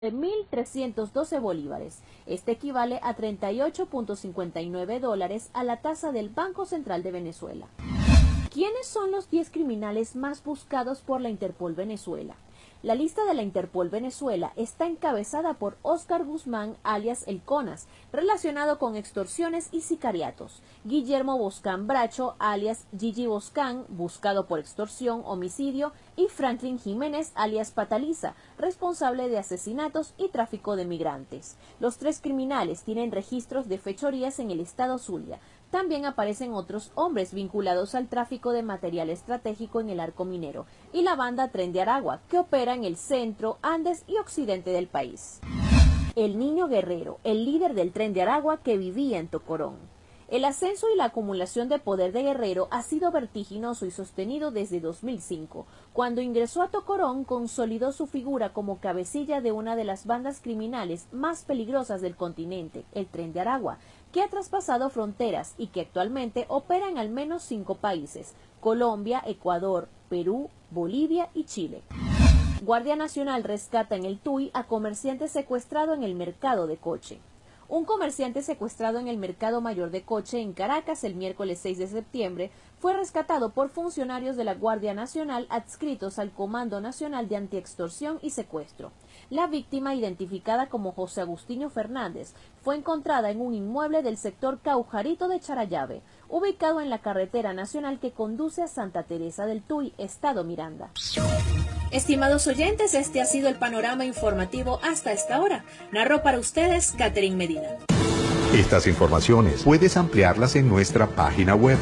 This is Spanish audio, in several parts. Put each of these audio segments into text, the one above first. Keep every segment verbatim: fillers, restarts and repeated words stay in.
de mil trescientos doce bolívares. Este equivale a treinta y ocho punto cincuenta y nueve dólares a la tasa del Banco Central de Venezuela. ¿Quiénes son los diez criminales más buscados por la Interpol Venezuela? La lista de la Interpol Venezuela está encabezada por Óscar Guzmán, alias El Conas, relacionado con extorsiones y sicariatos; Guillermo Boscán Bracho, alias Gigi Boscán, buscado por extorsión, homicidio; y Franklin Jiménez, alias Pataliza, responsable de asesinatos y tráfico de migrantes. Los tres criminales tienen registros de fechorías en el estado Zulia. También aparecen otros hombres vinculados al tráfico de material estratégico en el arco minero y la banda Tren de Aragua, que opera en el centro, Andes y occidente del país. El Niño Guerrero, el líder del Tren de Aragua que vivía en Tocorón. El ascenso y la acumulación de poder de Guerrero ha sido vertiginoso y sostenido desde dos mil cinco. Cuando ingresó a Tocorón, consolidó su figura como cabecilla de una de las bandas criminales más peligrosas del continente, el Tren de Aragua, que ha traspasado fronteras y que actualmente opera en al menos cinco países: Colombia, Ecuador, Perú, Bolivia y Chile. Guardia Nacional rescata en el Tuy a comerciante secuestrado en el mercado de Coche. Un comerciante secuestrado en el Mercado Mayor de Coche en Caracas el miércoles seis de septiembre fue rescatado por funcionarios de la Guardia Nacional adscritos al Comando Nacional de Antiextorsión y Secuestro. La víctima, identificada como José Agustinho Fernández, fue encontrada en un inmueble del sector Caujarito de Charallave, ubicado en la carretera nacional que conduce a Santa Teresa del Tuy, estado Miranda. Estimados oyentes, este ha sido el panorama informativo hasta esta hora. Narró para ustedes Catherine Medina. Estas informaciones puedes ampliarlas en nuestra página web,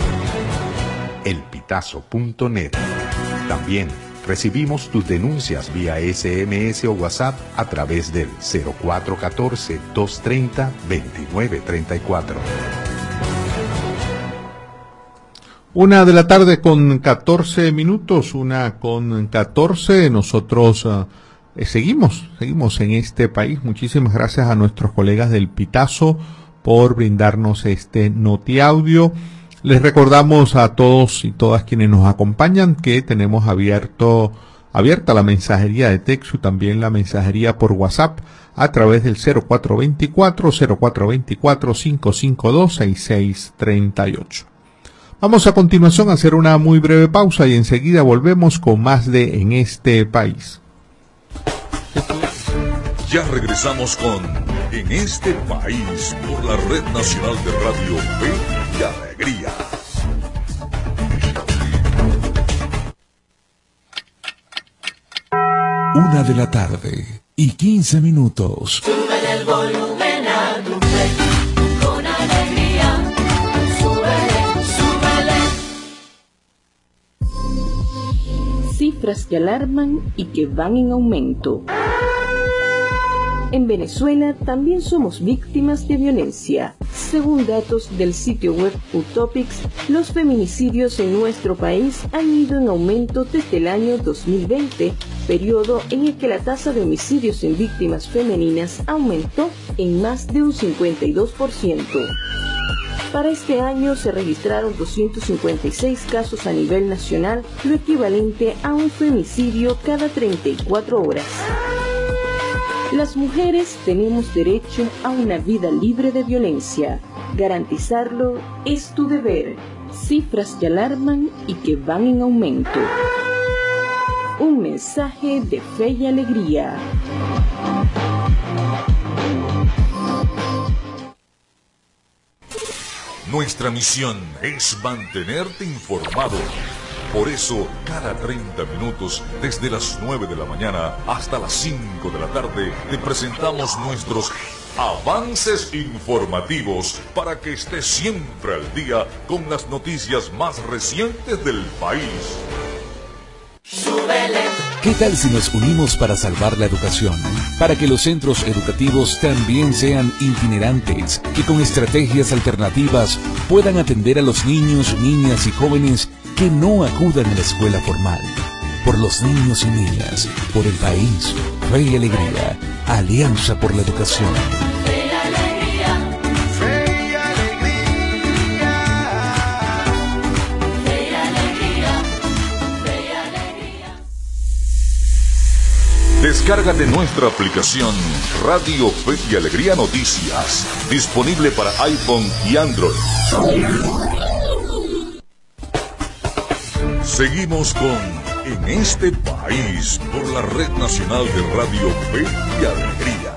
el pitazo punto net. También recibimos tus denuncias vía ese eme ese o WhatsApp a través del cero cuatro uno cuatro, dos tres cero, dos nueve tres cuatro. Una de la tarde con catorce minutos, una con catorce. Nosotros uh, eh, seguimos, seguimos en este país. Muchísimas gracias a nuestros colegas del Pitazo por brindarnos este notiaudio. Les recordamos a todos y todas quienes nos acompañan que tenemos abierto, abierta la mensajería de texto y también la mensajería por WhatsApp a través del cero cuatro dos cuatro, cero cuatro dos cuatro, cinco cinco dos, seis seis tres ocho. Vamos a continuación a hacer una muy breve pausa y enseguida volvemos con más de En este país. Ya regresamos con En este país por la Red Nacional de Radio Fe y Alegría. Una de la tarde y quince minutos. Súbele el volumen a tu fe con alegría. Cifras que alarman y que van en aumento. En Venezuela también somos víctimas de violencia. Según datos del sitio web Utopics, los feminicidios en nuestro país han ido en aumento desde el año dos mil veinte, periodo en el que la tasa de homicidios en víctimas femeninas aumentó en más de un cincuenta y dos por ciento. Para este año se registraron doscientos cincuenta y seis casos a nivel nacional, lo equivalente a un femicidio cada treinta y cuatro horas. Las mujeres tenemos derecho a una vida libre de violencia. Garantizarlo es tu deber. Cifras que alarman y que van en aumento. Un mensaje de fe y alegría. Nuestra misión es mantenerte informado. Por eso, cada treinta minutos, desde las nueve de la mañana hasta las cinco de la tarde, te presentamos nuestros avances informativos para que estés siempre al día con las noticias más recientes del país. ¿Qué tal si nos unimos para salvar la educación? Para que los centros educativos también sean itinerantes, que con estrategias alternativas puedan atender a los niños, niñas y jóvenes que no acudan a la escuela formal. Por los niños y niñas, por el país, Fe y Alegría, Alianza por la Educación. Descárgate nuestra aplicación Radio Fe y Alegría Noticias, disponible para iPhone y Android. Seguimos con En este país por la Red Nacional de Radio Fe y Alegría.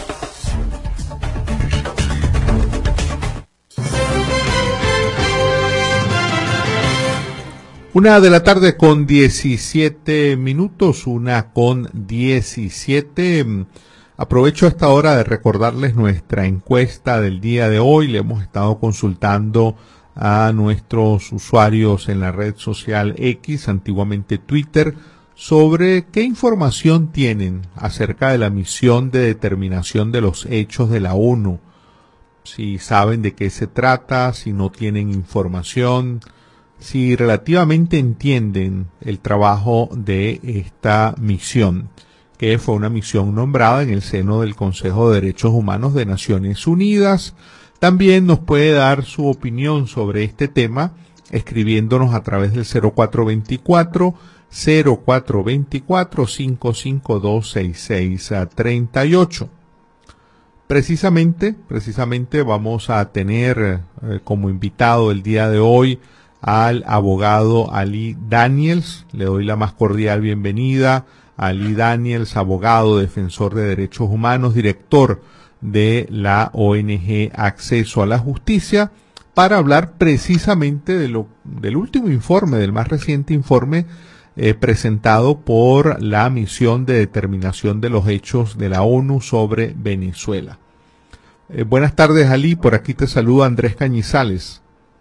Una de la tarde con diecisiete minutos, una con diecisiete. Aprovecho esta hora de recordarles nuestra encuesta del día de hoy. Le hemos estado consultando a nuestros usuarios en la red social X, antiguamente Twitter, sobre qué información tienen acerca de la misión de determinación de los hechos de la ONU. Si saben de qué se trata, si no tienen información, si relativamente entienden el trabajo de esta misión, que fue una misión nombrada en el seno del Consejo de Derechos Humanos de Naciones Unidas. También nos puede dar su opinión sobre este tema escribiéndonos a través del cero cuatro veinticuatro, cero cuatro veinticuatro, cinco cinco dos, seis seis treinta y ocho. Precisamente, precisamente vamos a tener eh, como invitado el día de hoy al abogado Ali Daniels. Le doy la más cordial bienvenida a Ali Daniels, abogado, defensor de derechos humanos, director de la O N G Acceso a la Justicia, para hablar precisamente de lo, del último informe, del más reciente informe eh, presentado por la misión de determinación de los hechos de la ONU sobre Venezuela. Eh, buenas tardes, Ali. Por aquí te saluda Andrés Cañizales.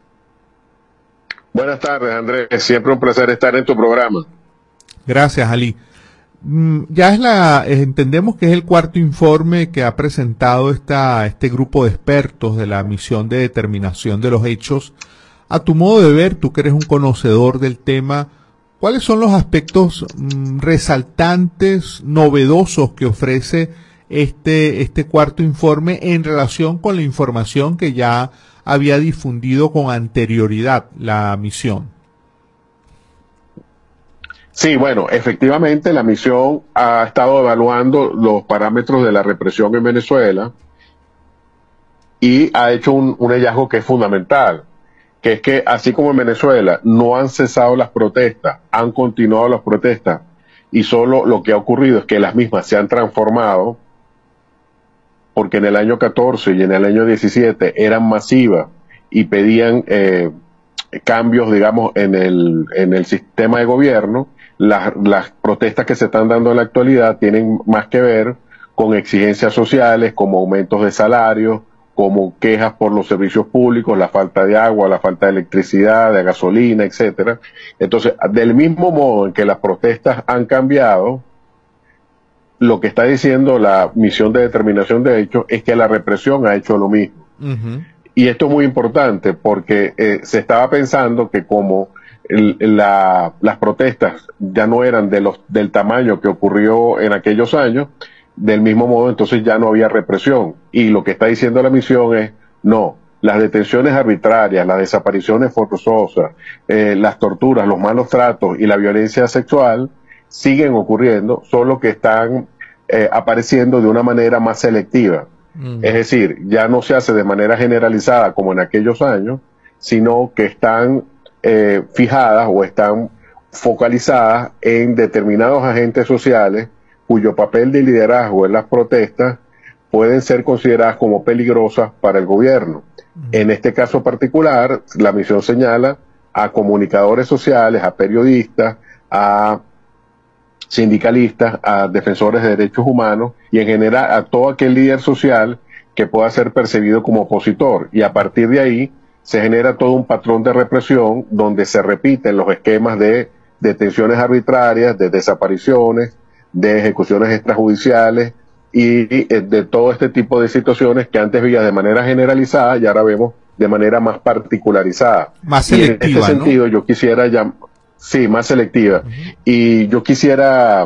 Buenas tardes, Andrés. Siempre un placer estar en tu programa. Gracias, Ali. Mm, ya es la, entendemos que es el cuarto informe que ha presentado esta, este grupo de expertos de la misión de determinación de los hechos. A tu modo de ver, tú que eres un conocedor del tema, ¿cuáles son los aspectos mm, resaltantes, novedosos que ofrece este, este cuarto informe en relación con la información que ya había difundido con anterioridad la misión? Sí, bueno, efectivamente la misión ha estado evaluando los parámetros de la represión en Venezuela y ha hecho un, un hallazgo que es fundamental, que es que así como en Venezuela no han cesado las protestas, han continuado las protestas y solo lo que ha ocurrido es que las mismas se han transformado, porque en el año catorce y en el año diecisiete eran masivas y pedían eh, cambios, digamos, en el, en el sistema de gobierno. Las, las protestas que se están dando en la actualidad tienen más que ver con exigencias sociales, como aumentos de salarios, como quejas por los servicios públicos, la falta de agua, la falta de electricidad, de gasolina, etcétera. Entonces, del mismo modo en que las protestas han cambiado, lo que está diciendo la misión de determinación de hechos es que la represión ha hecho lo mismo. Uh-huh. Y esto es muy importante porque eh, se estaba pensando que como el, la, las protestas ya no eran de los, del tamaño que ocurrió en aquellos años, del mismo modo entonces ya no había represión. Y lo que está diciendo la misión es, no, las detenciones arbitrarias, las desapariciones forzosas, eh, las torturas, los malos tratos y la violencia sexual siguen ocurriendo, solo que están eh, apareciendo de una manera más selectiva. Mm. Es decir, ya no se hace de manera generalizada como en aquellos años, sino que están eh, fijadas o están focalizadas en determinados agentes sociales cuyo papel de liderazgo en las protestas pueden ser consideradas como peligrosas para el gobierno. Mm. En este caso particular, la misión señala a comunicadores sociales, a periodistas, a sindicalistas, a defensores de derechos humanos y en general a todo aquel líder social que pueda ser percibido como opositor. Y a partir de ahí se genera todo un patrón de represión donde se repiten los esquemas de detenciones arbitrarias, de desapariciones, de ejecuciones extrajudiciales y de todo este tipo de situaciones que antes veías de manera generalizada y ahora vemos de manera más particularizada. Más selectiva, y en este sentido, ¿no? Yo quisiera llamar... Sí, más selectiva. Uh-huh. Y yo quisiera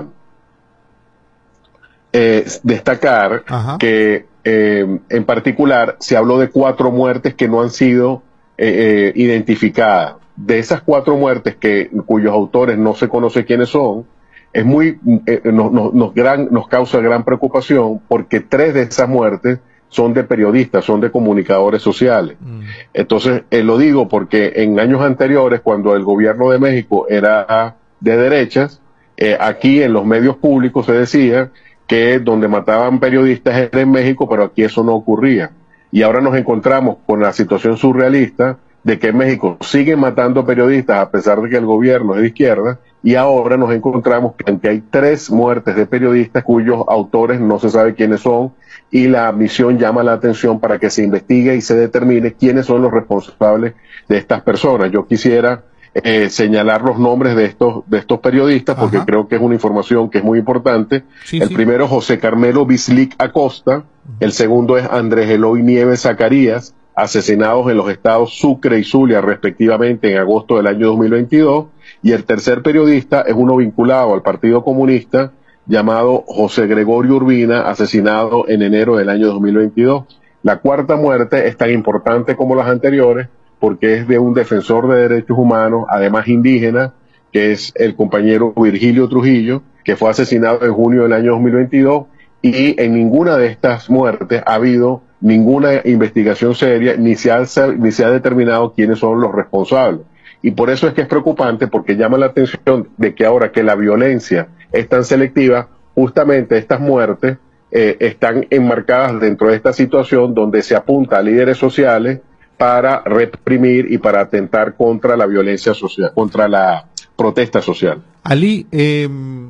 eh, destacar uh-huh. que eh, en particular se habló de cuatro muertes que no han sido eh, eh, identificadas. De esas cuatro muertes que cuyos autores no se conoce quiénes son, es muy, eh, nos, nos, nos, gran, nos causa gran preocupación porque tres de esas muertes son de periodistas, son de comunicadores sociales. Mm. Entonces, eh, lo digo porque en años anteriores, cuando el gobierno de México era de derechas, eh, aquí en los medios públicos se decía que donde mataban periodistas era en México, pero aquí eso no ocurría. Y ahora nos encontramos con la situación surrealista de que en México siguen matando periodistas a pesar de que el gobierno es de izquierda, y ahora nos encontramos en que hay tres muertes de periodistas cuyos autores no se sabe quiénes son, y la misión llama la atención para que se investigue y se determine quiénes son los responsables de estas personas. Yo quisiera eh, señalar los nombres de estos de estos periodistas porque Ajá. creo que es una información que es muy importante. Sí, el sí. primero, José Carmelo Bislick Acosta. El segundo es Andrés Eloy Nieves Zacarías, asesinados en los estados Sucre y Zulia respectivamente en agosto del año dos mil veintidós. Y el tercer periodista es uno vinculado al Partido Comunista llamado José Gregorio Urbina, asesinado en enero del año dos mil veintidós. La cuarta muerte es tan importante como las anteriores porque es de un defensor de derechos humanos, además indígena, que es el compañero Virgilio Trujillo, que fue asesinado en junio del año dos mil veintidós, y en ninguna de estas muertes ha habido ninguna investigación seria, ni se ha, ni se ha determinado quiénes son los responsables. Y por eso es que es preocupante, porque llama la atención de que ahora que la violencia es tan selectiva, justamente estas muertes eh, están enmarcadas dentro de esta situación donde se apunta a líderes sociales para reprimir y para atentar contra la violencia social, contra la protesta social. Ali, eh,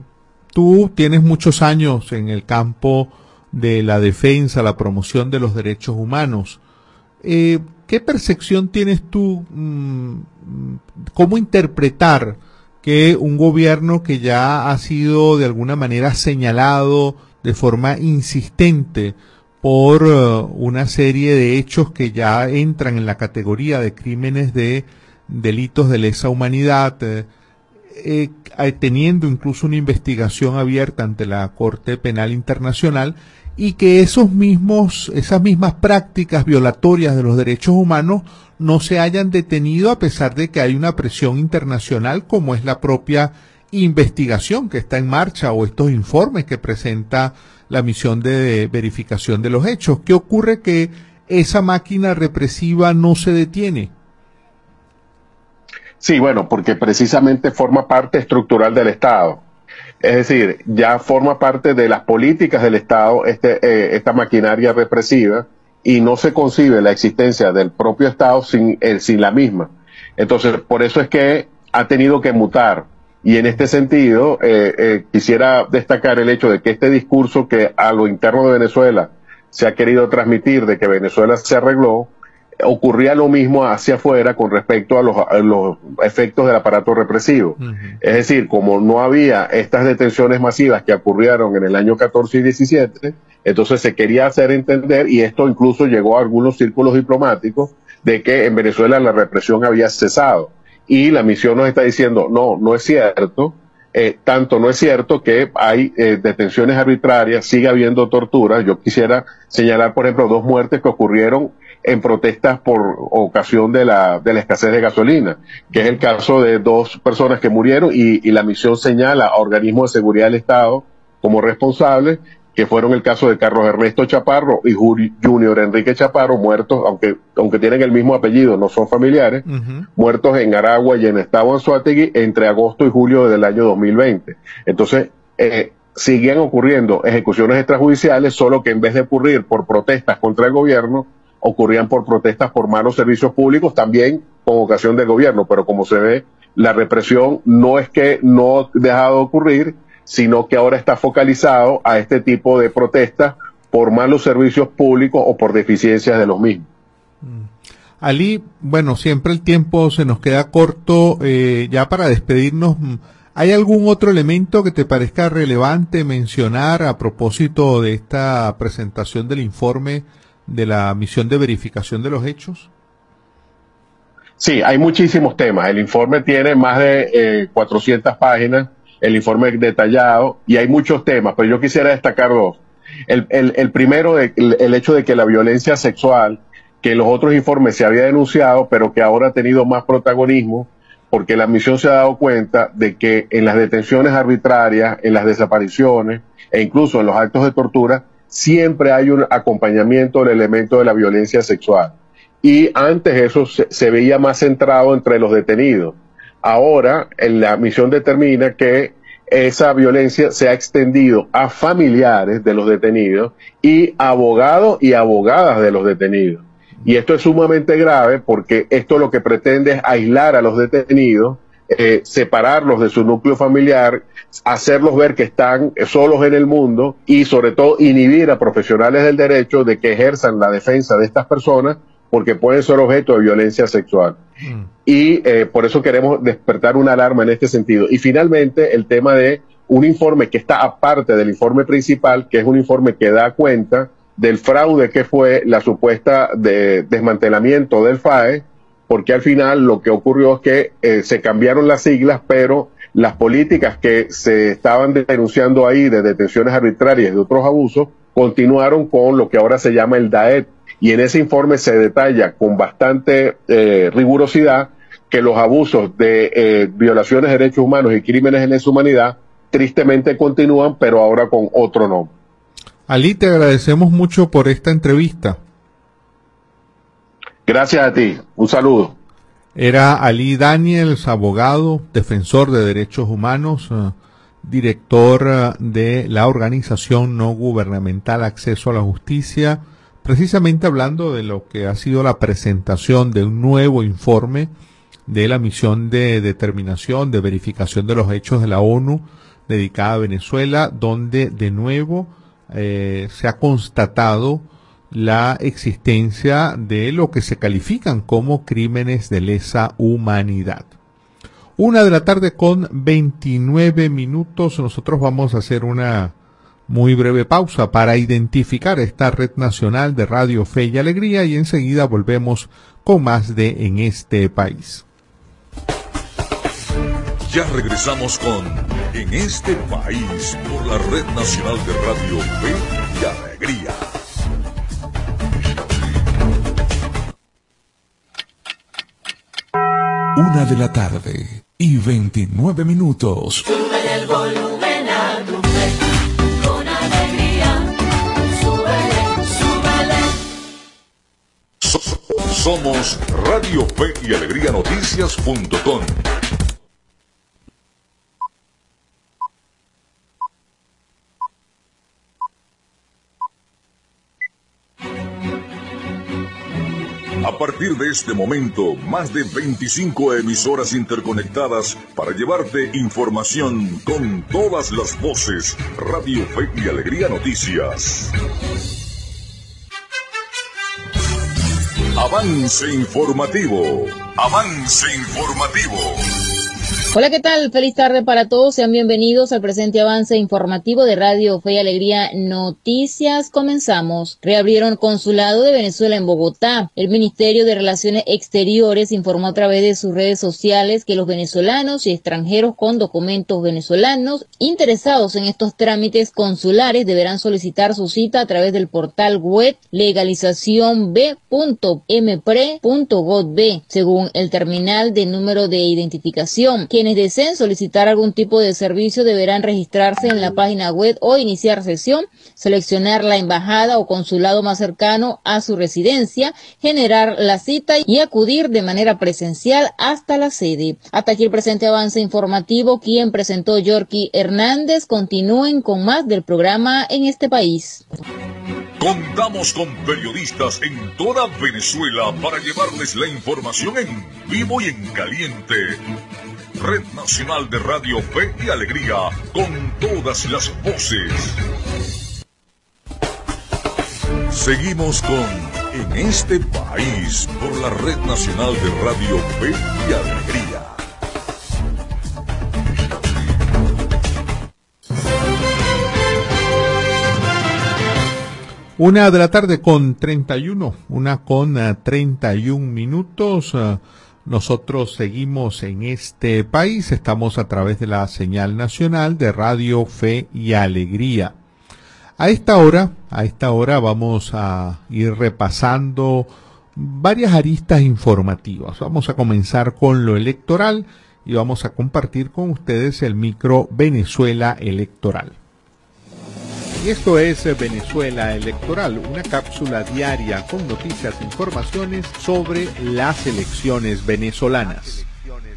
tú tienes muchos años en el campo de la defensa, la promoción de los derechos humanos. Eh, ¿Qué percepción tienes tú? Mmm, ¿Cómo interpretar que un gobierno que ya ha sido de alguna manera señalado de forma insistente por uh, una serie de hechos que ya entran en la categoría de crímenes de delitos de lesa humanidad, eh, eh, teniendo incluso una investigación abierta ante la Corte Penal Internacional, y que esos mismos, esas mismas prácticas violatorias de los derechos humanos no se hayan detenido a pesar de que hay una presión internacional como es la propia investigación que está en marcha o estos informes que presenta la misión de verificación de los hechos? ¿Qué ocurre que esa máquina represiva no se detiene? Sí, bueno, porque precisamente forma parte estructural del Estado. Es decir, ya forma parte de las políticas del Estado este, eh, esta maquinaria represiva, y no se concibe la existencia del propio Estado sin, eh, sin la misma. Entonces, por eso es que ha tenido que mutar. Y en este sentido, eh, eh, quisiera destacar el hecho de que este discurso que a lo interno de Venezuela se ha querido transmitir de que Venezuela se arregló, ocurría lo mismo hacia afuera con respecto a los, a los efectos del aparato represivo. Uh-huh. Es decir, como no había estas detenciones masivas que ocurrieron en el año catorce y diecisiete, entonces se quería hacer entender, y esto incluso llegó a algunos círculos diplomáticos, de que en Venezuela la represión había cesado. Y la misión nos está diciendo, no, no es cierto. Eh, tanto no es cierto que hay eh, detenciones arbitrarias, sigue habiendo torturas. Yo quisiera señalar, por ejemplo, dos muertes que ocurrieron en protestas por ocasión de la, de la escasez de gasolina, que es el caso de dos personas que murieron, y, y la misión señala a organismos de seguridad del Estado como responsables, que fueron el caso de Carlos Ernesto Chaparro y Junior Enrique Chaparro, muertos, aunque, aunque tienen el mismo apellido, no son familiares, uh-huh. muertos en Aragua y en Estado Anzoátegui entre agosto y julio del año dos mil veinte. Entonces, eh, siguen ocurriendo ejecuciones extrajudiciales, solo que en vez de ocurrir por protestas contra el gobierno, ocurrían por protestas por malos servicios públicos, también con ocasión del gobierno. Pero como se ve, la represión no es que no ha dejado de ocurrir, sino que ahora está focalizado a este tipo de protestas por malos servicios públicos o por deficiencias de los mismos. Ali, bueno, siempre el tiempo se nos queda corto. Eh, ya para despedirnos, ¿hay algún otro elemento que te parezca relevante mencionar a propósito de esta presentación del informe de la misión de verificación de los hechos? Sí, hay muchísimos temas. El informe tiene más de eh, cuatrocientas páginas, el informe es detallado, y hay muchos temas, pero yo quisiera destacar dos. El, el, el primero, el, el hecho de que la violencia sexual, que en los otros informes se había denunciado, pero que ahora ha tenido más protagonismo porque la misión se ha dado cuenta de que en las detenciones arbitrarias, en las desapariciones e incluso en los actos de tortura, siempre hay un acompañamiento del elemento de la violencia sexual. Y antes eso se, se veía más centrado entre los detenidos. Ahora, en la misión determina que esa violencia se ha extendido a familiares de los detenidos y abogados y abogadas de los detenidos. Y esto es sumamente grave porque esto lo que pretende es aislar a los detenidos, eh, separarlos de su núcleo familiar, hacerlos ver que están solos en el mundo y sobre todo inhibir a profesionales del derecho de que ejerzan la defensa de estas personas porque pueden ser objeto de violencia sexual. Mm. Y eh, por eso queremos despertar una alarma en este sentido. Y finalmente el tema de un informe que está aparte del informe principal, que es un informe que da cuenta del fraude que fue la supuesta de desmantelamiento del F A E, porque al final lo que ocurrió es que eh, se cambiaron las siglas, pero las políticas que se estaban denunciando ahí de detenciones arbitrarias y de otros abusos continuaron con lo que ahora se llama el D A E T. Y en ese informe se detalla con bastante eh, rigurosidad que los abusos de eh, violaciones de derechos humanos y crímenes de lesa humanidad tristemente continúan, pero ahora con otro nombre. Ali, te agradecemos mucho por esta entrevista. Gracias a ti. Un saludo. Era Ali Daniels, abogado, defensor de derechos humanos, uh, director uh, de la organización no gubernamental Acceso a la Justicia, precisamente hablando de lo que ha sido la presentación de un nuevo informe de la misión de determinación, de verificación de los hechos de la ONU dedicada a Venezuela, donde de nuevo eh, se ha constatado la existencia de lo que se califican como crímenes de lesa humanidad. Una de la tarde con veintinueve minutos, nosotros vamos a hacer una muy breve pausa para identificar esta red nacional de Radio Fe y Alegría y enseguida volvemos con más de En este País. Ya regresamos con En este País por la red nacional de Radio Fe y Alegría. Una de la tarde y veintinueve minutos. Sube el volumen a tu fe, con alegría. Súbele, súbele. Somos Radio Fe y Alegría Noticias punto com. A partir de este momento, más de veinticinco emisoras interconectadas para llevarte información con todas las voces. Radio Fe y Alegría Noticias. Avance informativo. Avance informativo. Hola, ¿qué tal? Feliz tarde para todos. Sean bienvenidos al presente avance informativo de Radio Fe y Alegría Noticias. Comenzamos. Reabrieron consulado de Venezuela en Bogotá. El Ministerio de Relaciones Exteriores informó a través de sus redes sociales que los venezolanos y extranjeros con documentos venezolanos interesados en estos trámites consulares deberán solicitar su cita a través del portal web legalización b punto m p r e punto gov b, según el terminal de número de identificación. Quienes deseen solicitar algún tipo de servicio deberán registrarse en la página web o iniciar sesión, seleccionar la embajada o consulado más cercano a su residencia, generar la cita y acudir de manera presencial hasta la sede. Hasta aquí el presente avance informativo, quien presentó Yorky Hernández. Continúen con más del programa En este País. Contamos con periodistas en toda Venezuela para llevarles la información en vivo y en caliente. Red Nacional de Radio Fe y Alegría, con todas las voces. Seguimos con En este País por la Red Nacional de Radio Fe y Alegría. Una de la tarde con treinta y uno, una con uh, treinta y un minutos. Uh, nosotros seguimos en este país, estamos a través de la señal nacional de Radio Fe y Alegría. A esta hora, a esta hora vamos a ir repasando varias aristas informativas. Vamos a comenzar con lo electoral y vamos a compartir con ustedes el micro Venezuela Electoral. Y esto es Venezuela Electoral, una cápsula diaria con noticias e informaciones sobre las elecciones venezolanas.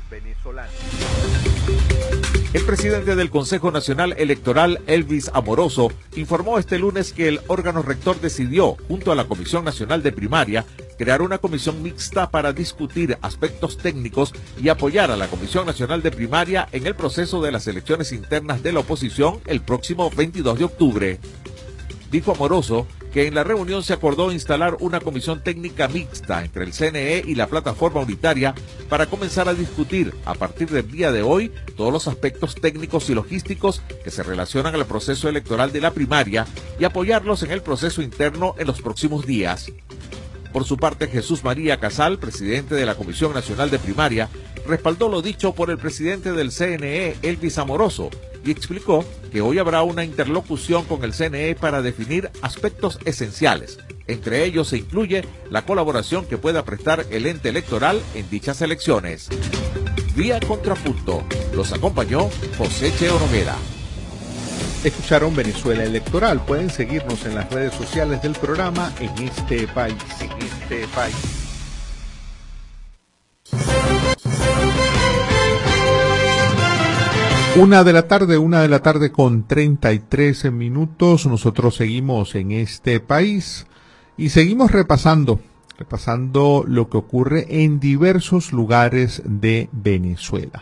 El presidente del Consejo Nacional Electoral, Elvis Amoroso, informó este lunes que el órgano rector decidió, junto a la Comisión Nacional de Primaria, crear una comisión mixta para discutir aspectos técnicos y apoyar a la Comisión Nacional de Primaria en el proceso de las elecciones internas de la oposición el próximo veintidós de octubre. Dijo Amoroso que en la reunión se acordó instalar una comisión técnica mixta entre el C N E y la plataforma unitaria para comenzar a discutir a partir del día de hoy todos los aspectos técnicos y logísticos que se relacionan al proceso electoral de la primaria y apoyarlos en el proceso interno en los próximos días. Por su parte, Jesús María Casal, presidente de la Comisión Nacional de Primaria, respaldó lo dicho por el presidente del C N E, Elvis Amoroso, y explicó que hoy habrá una interlocución con el C N E para definir aspectos esenciales. Entre ellos se incluye la colaboración que pueda prestar el ente electoral en dichas elecciones. Vía Contrapunto, los acompañó José Cheo Noguera. Escucharon Venezuela Electoral. Pueden seguirnos en las redes sociales del programa En Este País. En Este País. Una de la tarde, una de la tarde con treinta y tres minutos. Nosotros seguimos en este país y seguimos repasando, repasando lo que ocurre en diversos lugares de Venezuela.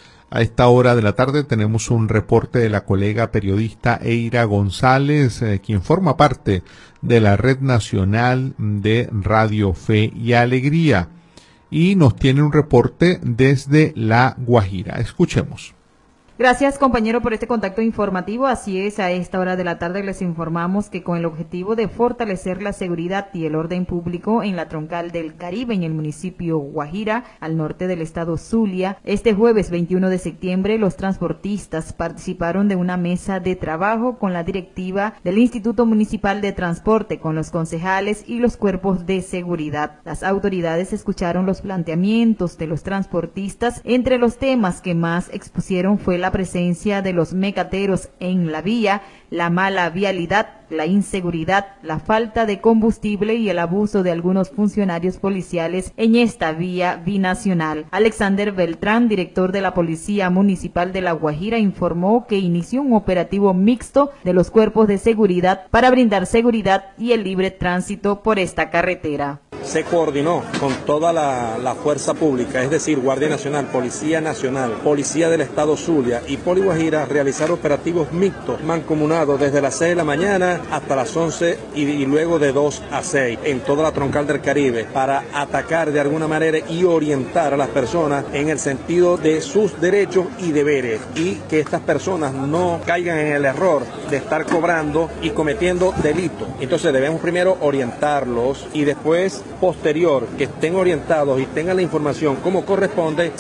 A esta hora de la tarde tenemos un reporte de la colega periodista Eira González, eh, quien forma parte de la Red Nacional de Radio Fe y Alegría, y nos tiene un reporte desde La Guajira. Escuchemos. Gracias, compañero, por este contacto informativo. Así es, a esta hora de la tarde les informamos que con el objetivo de fortalecer la seguridad y el orden público en la troncal del Caribe, en el municipio Guajira, al norte del estado Zulia, este jueves veintiuno de septiembre, los transportistas participaron de una mesa de trabajo con la directiva del Instituto Municipal de Transporte, con los concejales y los cuerpos de seguridad. Las autoridades escucharon los planteamientos de los transportistas. Entre los temas que más expusieron fue la presencia de los mecateros en la vía, la mala vialidad, la inseguridad, la falta de combustible y el abuso de algunos funcionarios policiales en esta vía binacional. Alexander Beltrán, director de la Policía Municipal de La Guajira, informó que inició un operativo mixto de los cuerpos de seguridad para brindar seguridad y el libre tránsito por esta carretera. Se coordinó con toda la, la fuerza pública, es decir, Guardia Nacional, Policía Nacional, Policía del Estado Zulia y Poli Guajira, realizar operativos mixtos, mancomunados desde las seis de la mañana hasta las once y, y luego de dos a seis en toda la troncal del Caribe, para atacar de alguna manera y orientar a las personas en el sentido de sus derechos y deberes, y que estas personas no caigan en el error de estar cobrando y cometiendo delitos. Entonces debemos primero orientarlos y después, posterior, que estén orientados y tengan la información como corresponde,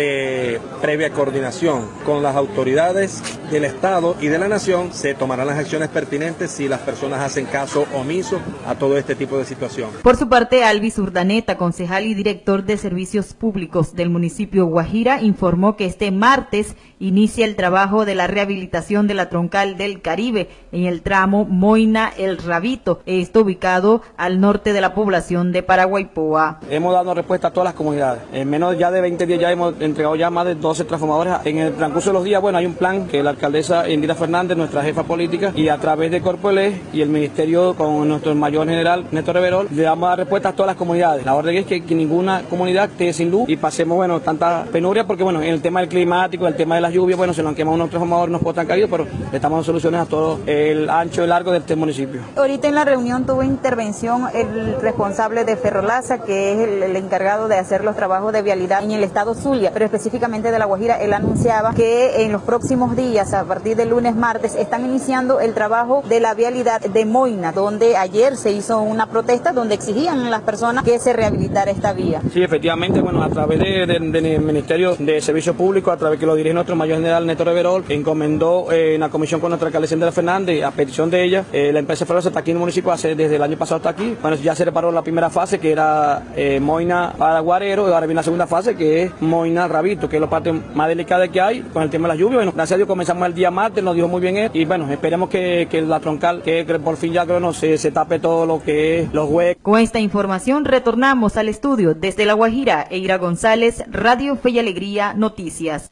se previa coordinación con las autoridades del Estado y de la Nación, se tomarán las acciones pertinentes si las personas hacen caso omiso a todo este tipo de situación. Por su parte, Alvis Urdaneta, concejal y director de Servicios Públicos del municipio Guajira, informó que este martes inicia el trabajo de la rehabilitación de la troncal del Caribe en el tramo Moina-El Rabito, esto ubicado al norte de la población de Paraguaypoa. Hemos dado respuesta a todas las comunidades. En menos ya de veinte días ya hemos entregado ya más de doce transformadores. En el transcurso de los días, bueno, hay un plan que la alcaldesa Indira Fernández, nuestra jefa política, y a través de Corpoelec y el ministerio con nuestro mayor general Néstor Reverol, le damos a dar respuesta a todas las comunidades. La orden es que, que ninguna comunidad esté sin luz y pasemos, bueno, tanta penuria, porque bueno, en el tema del climático, el tema de las lluvias, bueno, se nos han quemado unos transformadores, unos postes han caído, pero le estamos dando soluciones a todo el ancho y largo de este municipio. Ahorita en la reunión tuvo intervención el responsable de Ferrolaza, que es el, el encargado de hacer los trabajos de vialidad en el estado Zulia, pero específicamente de La Guajira. Él anunciaba que en los próximos días, a partir del lunes, martes, están iniciando el trabajo de la vialidad de Moina, donde ayer se hizo una protesta donde exigían a las personas que se rehabilitara esta vía. Sí, efectivamente, bueno, a través del de, de, de Ministerio de Servicios Públicos, a través que lo dirige nuestro mayor general Néstor Reverol, encomendó eh, en la comisión con nuestra alcaldesa Indira Fernández, a petición de ella, eh, la empresa Ferrolaza está aquí en el municipio hace, desde el año pasado hasta aquí. Bueno, ya se reparó la primera fase. fase que era eh, Moina para Guarero, y ahora viene la segunda fase que es Moina Rabito, que es la parte más delicada que hay con el tema de las lluvias. Bueno, gracias a Dios comenzamos el día martes, nos dio muy bien esto, y bueno, esperemos que, que la troncal, que, que por fin ya creo no se, se tape todo lo que es los huecos. Con esta información retornamos al estudio desde La Guajira. Eira González, Radio Fe y Alegría Noticias.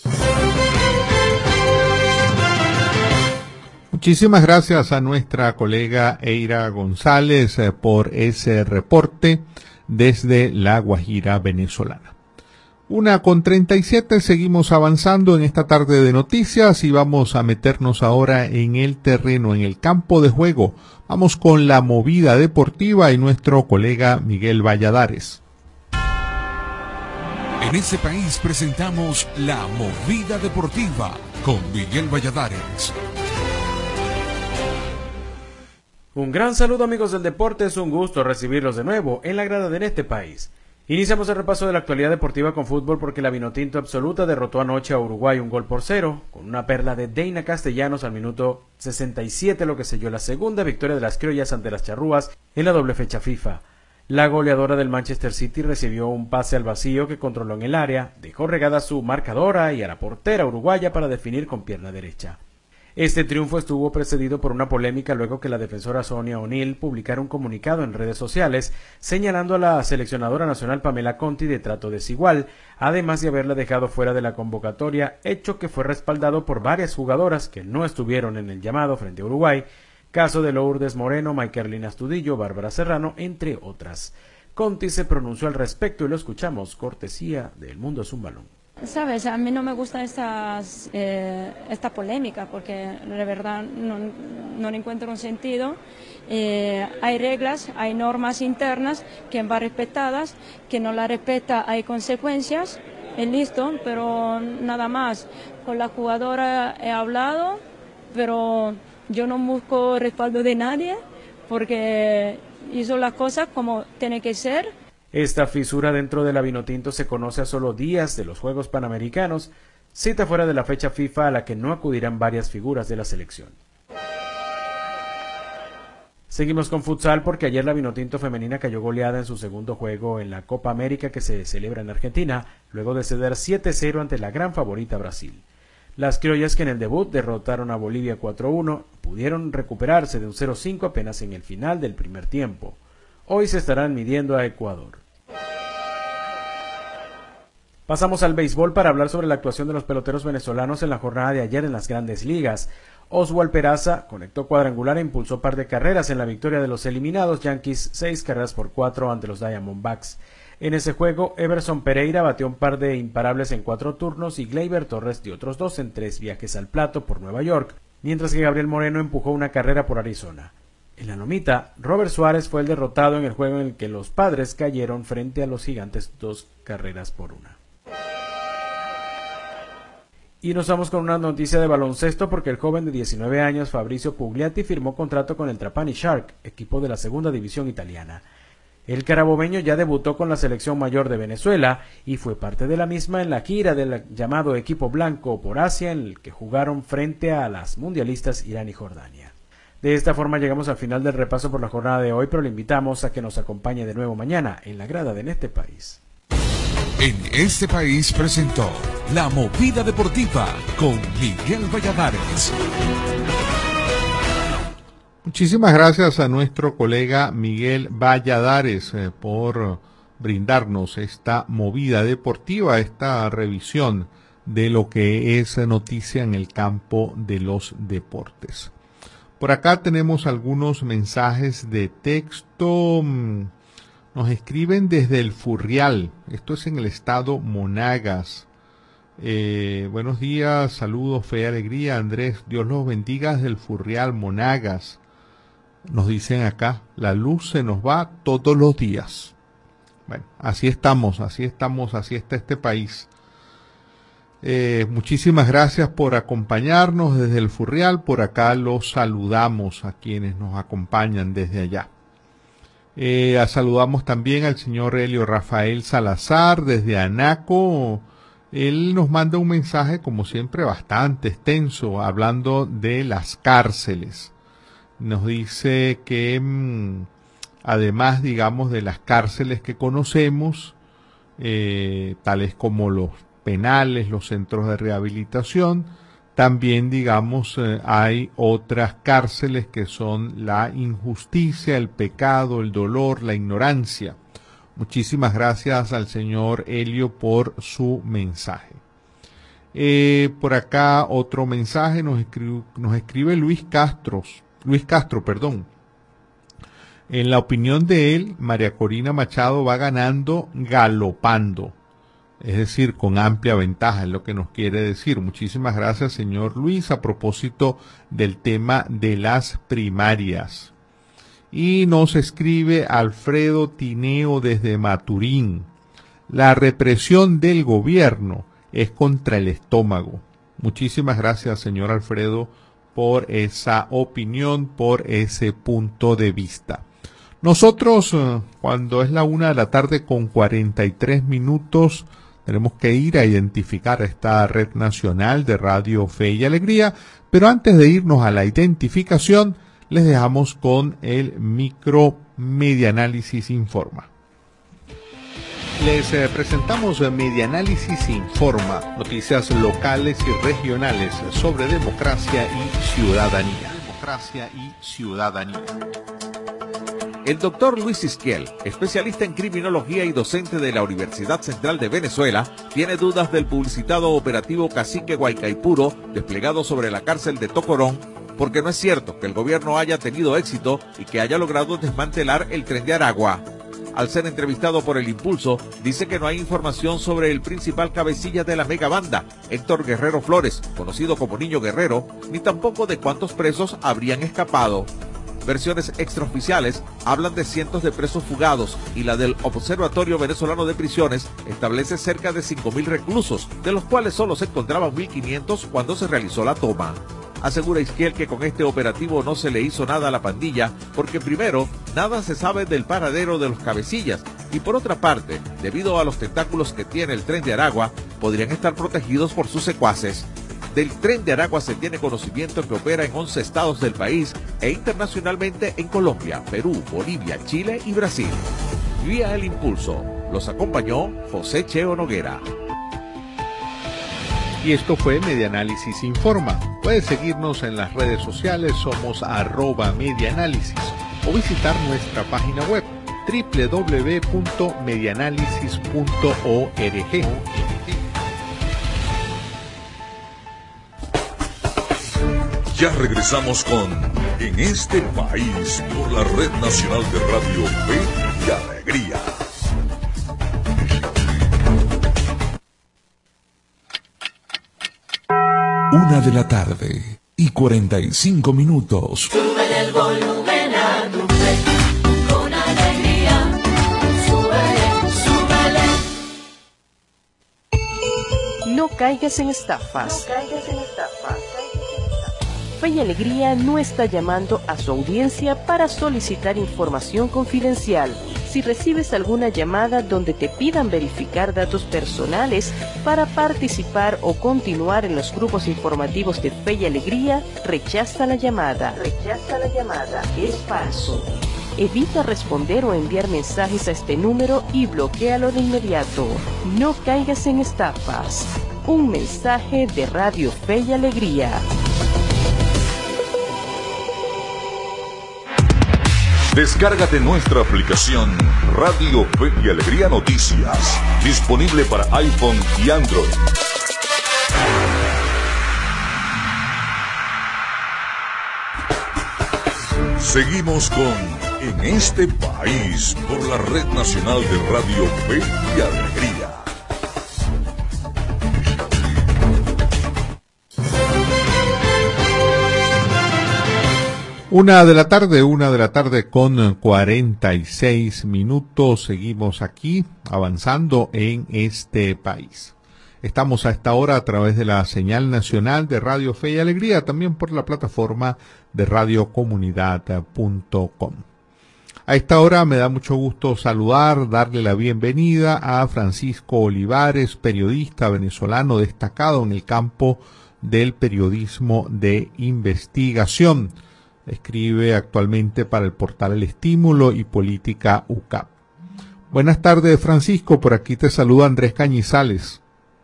Muchísimas gracias a nuestra colega Eira González eh, por ese reporte desde La Guajira venezolana. Una con treinta y siete, seguimos avanzando en esta tarde de noticias y vamos a meternos ahora en el terreno, en el campo de juego. Vamos con la movida deportiva y nuestro colega Miguel Valladares. En este país presentamos la movida deportiva con Miguel Valladares. Un gran saludo, amigos del deporte, es un gusto recibirlos de nuevo en la grada de En este país. Iniciamos el repaso de la actualidad deportiva con fútbol porque la Vinotinto Absoluta derrotó anoche a Uruguay un gol por cero, con una perla de Deina Castellanos al minuto sesenta y siete, lo que selló la segunda victoria de las criollas ante las charrúas en la doble fecha FIFA. La goleadora del Manchester City recibió un pase al vacío que controló en el área, dejó regada a su marcadora y a la portera uruguaya para definir con pierna derecha. Este triunfo estuvo precedido por una polémica luego que la defensora Sonia O'Neill publicara un comunicado en redes sociales señalando a la seleccionadora nacional Pamela Conti de trato desigual, además de haberla dejado fuera de la convocatoria, hecho que fue respaldado por varias jugadoras que no estuvieron en el llamado frente a Uruguay, caso de Lourdes Moreno, Maikerlin Astudillo, Bárbara Serrano, entre otras. Conti se pronunció al respecto y lo escuchamos, cortesía de El Mundo es un Balón. Sabes, a mí no me gusta estas, eh, esta polémica porque de verdad no, no encuentro un sentido. Eh, hay reglas, hay normas internas que van respetadas, que no la respeta hay consecuencias, es listo, pero nada más. Con la jugadora he hablado, pero yo no busco respaldo de nadie porque hizo las cosas como tiene que ser. Esta fisura dentro de la Vinotinto se conoce a solo días de los Juegos Panamericanos, cita fuera de la fecha FIFA a la que no acudirán varias figuras de la selección. Seguimos con futsal porque ayer la Vinotinto femenina cayó goleada en su segundo juego en la Copa América que se celebra en Argentina, luego de ceder siete cero ante la gran favorita Brasil. Las criollas, que en el debut derrotaron a Bolivia cuatro uno, pudieron recuperarse de un cero cinco apenas en el final del primer tiempo. Hoy se estarán midiendo a Ecuador. Pasamos al béisbol para hablar sobre la actuación de los peloteros venezolanos en la jornada de ayer en las Grandes Ligas. Oswald Peraza conectó cuadrangular e impulsó par de carreras en la victoria de los eliminados Yankees, seis carreras por cuatro ante los Diamondbacks. En ese juego, Everson Pereira batió un par de imparables en cuatro turnos y Gleyber Torres dio otros dos en tres viajes al plato por Nueva York, mientras que Gabriel Moreno empujó una carrera por Arizona. En la Lomita, Robert Suárez fue el derrotado en el juego en el que los Padres cayeron frente a los Gigantes dos carreras por una. Y nos vamos con una noticia de baloncesto porque el joven de diecinueve años Fabrizio Pugliatti firmó contrato con el Trapani Shark, equipo de la segunda división italiana. El carabobeño ya debutó con la selección mayor de Venezuela y fue parte de la misma en la gira del llamado equipo blanco por Asia, en el que jugaron frente a las mundialistas Irán y Jordania. De esta forma llegamos al final del repaso por la jornada de hoy, pero le invitamos a que nos acompañe de nuevo mañana en la grada de En este país. En este país presentó La Movida Deportiva con Miguel Valladares. Muchísimas gracias a nuestro colega Miguel Valladares eh, por brindarnos esta movida deportiva, esta revisión de lo que es noticia en el campo de los deportes. Por acá tenemos algunos mensajes de texto. Nos escriben desde el Furrial, esto es en el estado Monagas. Eh, buenos días, saludos, fe y alegría, Andrés, Dios los bendiga desde el Furrial, Monagas. Nos dicen acá, la luz se nos va todos los días. Bueno, así estamos, así estamos, así está este país. Eh, muchísimas gracias por acompañarnos desde el Furrial, por acá los saludamos a quienes nos acompañan desde allá. Eh, saludamos también al señor Helio Rafael Salazar desde Anaco. Él nos manda un mensaje, como siempre, bastante extenso, hablando de las cárceles. Nos dice que mmm, además, digamos, de las cárceles que conocemos, eh, tales como los penales, los centros de rehabilitación, también, digamos, eh, hay otras cárceles que son la injusticia, el pecado, el dolor, la ignorancia. Muchísimas gracias al señor Helio por su mensaje. Eh, por acá otro mensaje nos escribe, nos escribe Luis Castro, Luis Castro, perdón. En la opinión de él, María Corina Machado va ganando galopando. Es decir, con amplia ventaja, es lo que nos quiere decir. Muchísimas gracias, señor Luis, a propósito del tema de las primarias. Y nos escribe Alfredo Tineo desde Maturín. La represión del gobierno es contra el estómago. Muchísimas gracias, señor Alfredo, por esa opinión, por ese punto de vista. Nosotros, cuando es la una de la tarde con cuarenta y tres minutos, tenemos que ir a identificar esta red nacional de Radio Fe y Alegría, pero antes de irnos a la identificación, les dejamos con el micro Medianálisis Informa. Les eh, presentamos Medianálisis Informa, noticias locales y regionales sobre democracia y ciudadanía. Democracia y ciudadanía. El doctor Luis Isquiel, especialista en criminología y docente de la Universidad Central de Venezuela, tiene dudas del publicitado operativo Cacique Guaycaipuro desplegado sobre la cárcel de Tocorón, porque no es cierto que el gobierno haya tenido éxito y que haya logrado desmantelar el Tren de Aragua. Al ser entrevistado por El Impulso, dice que no hay información sobre el principal cabecilla de la megabanda, Héctor Guerrero Flores, conocido como Niño Guerrero, ni tampoco de cuántos presos habrían escapado. Versiones extraoficiales hablan de cientos de presos fugados y la del Observatorio Venezolano de Prisiones establece cerca de cinco mil reclusos, de los cuales solo se encontraban mil quinientos cuando se realizó la toma. Asegura Isquiel que con este operativo no se le hizo nada a la pandilla porque primero, nada se sabe del paradero de los cabecillas y por otra parte, debido a los tentáculos que tiene el Tren de Aragua, podrían estar protegidos por sus secuaces. Del Tren de Aragua se tiene conocimiento que opera en once estados del país e internacionalmente en Colombia, Perú, Bolivia, Chile y Brasil. Vía El Impulso, los acompañó José Cheo Noguera. Y esto fue Medianálisis Informa. Puedes seguirnos en las redes sociales, somos arroba Medianálisis, o visitar nuestra página web doble u doble u doble u punto medianálisis punto org. Ya regresamos con En este país por la Red Nacional de Radio Fe y Alegría. Una de la tarde y cuarenta y cinco minutos. Sube el volumen a tu fe, con alegría. Súbele, súbele. No caigas en estafas. No caigas en estafas. Fe y Alegría no está llamando a su audiencia para solicitar información confidencial. Si recibes alguna llamada donde te pidan verificar datos personales para participar o continuar en los grupos informativos de Fe y Alegría, rechaza la llamada. Rechaza la llamada. Es falso. Evita responder o enviar mensajes a este número y bloquéalo de inmediato. No caigas en estafas. Un mensaje de Radio Fe y Alegría. Descárgate nuestra aplicación Radio Fe y Alegría Noticias, disponible para iPhone y Android. Seguimos con En este país por la Red Nacional de Radio Fe y Alegría. Una de la tarde, una de la tarde con cuarenta y seis minutos. Seguimos aquí avanzando en este país. Estamos a esta hora a través de la señal nacional de Radio Fe y Alegría, también por la plataforma de radiocomunidad punto com. A esta hora me da mucho gusto saludar, darle la bienvenida a Francisco Olivares, periodista venezolano destacado en el campo del periodismo de investigación. escribe actualmente para el portal El Estímulo y Política U C A P. Buenas tardes, Francisco, por aquí te saluda Andrés Cañizales.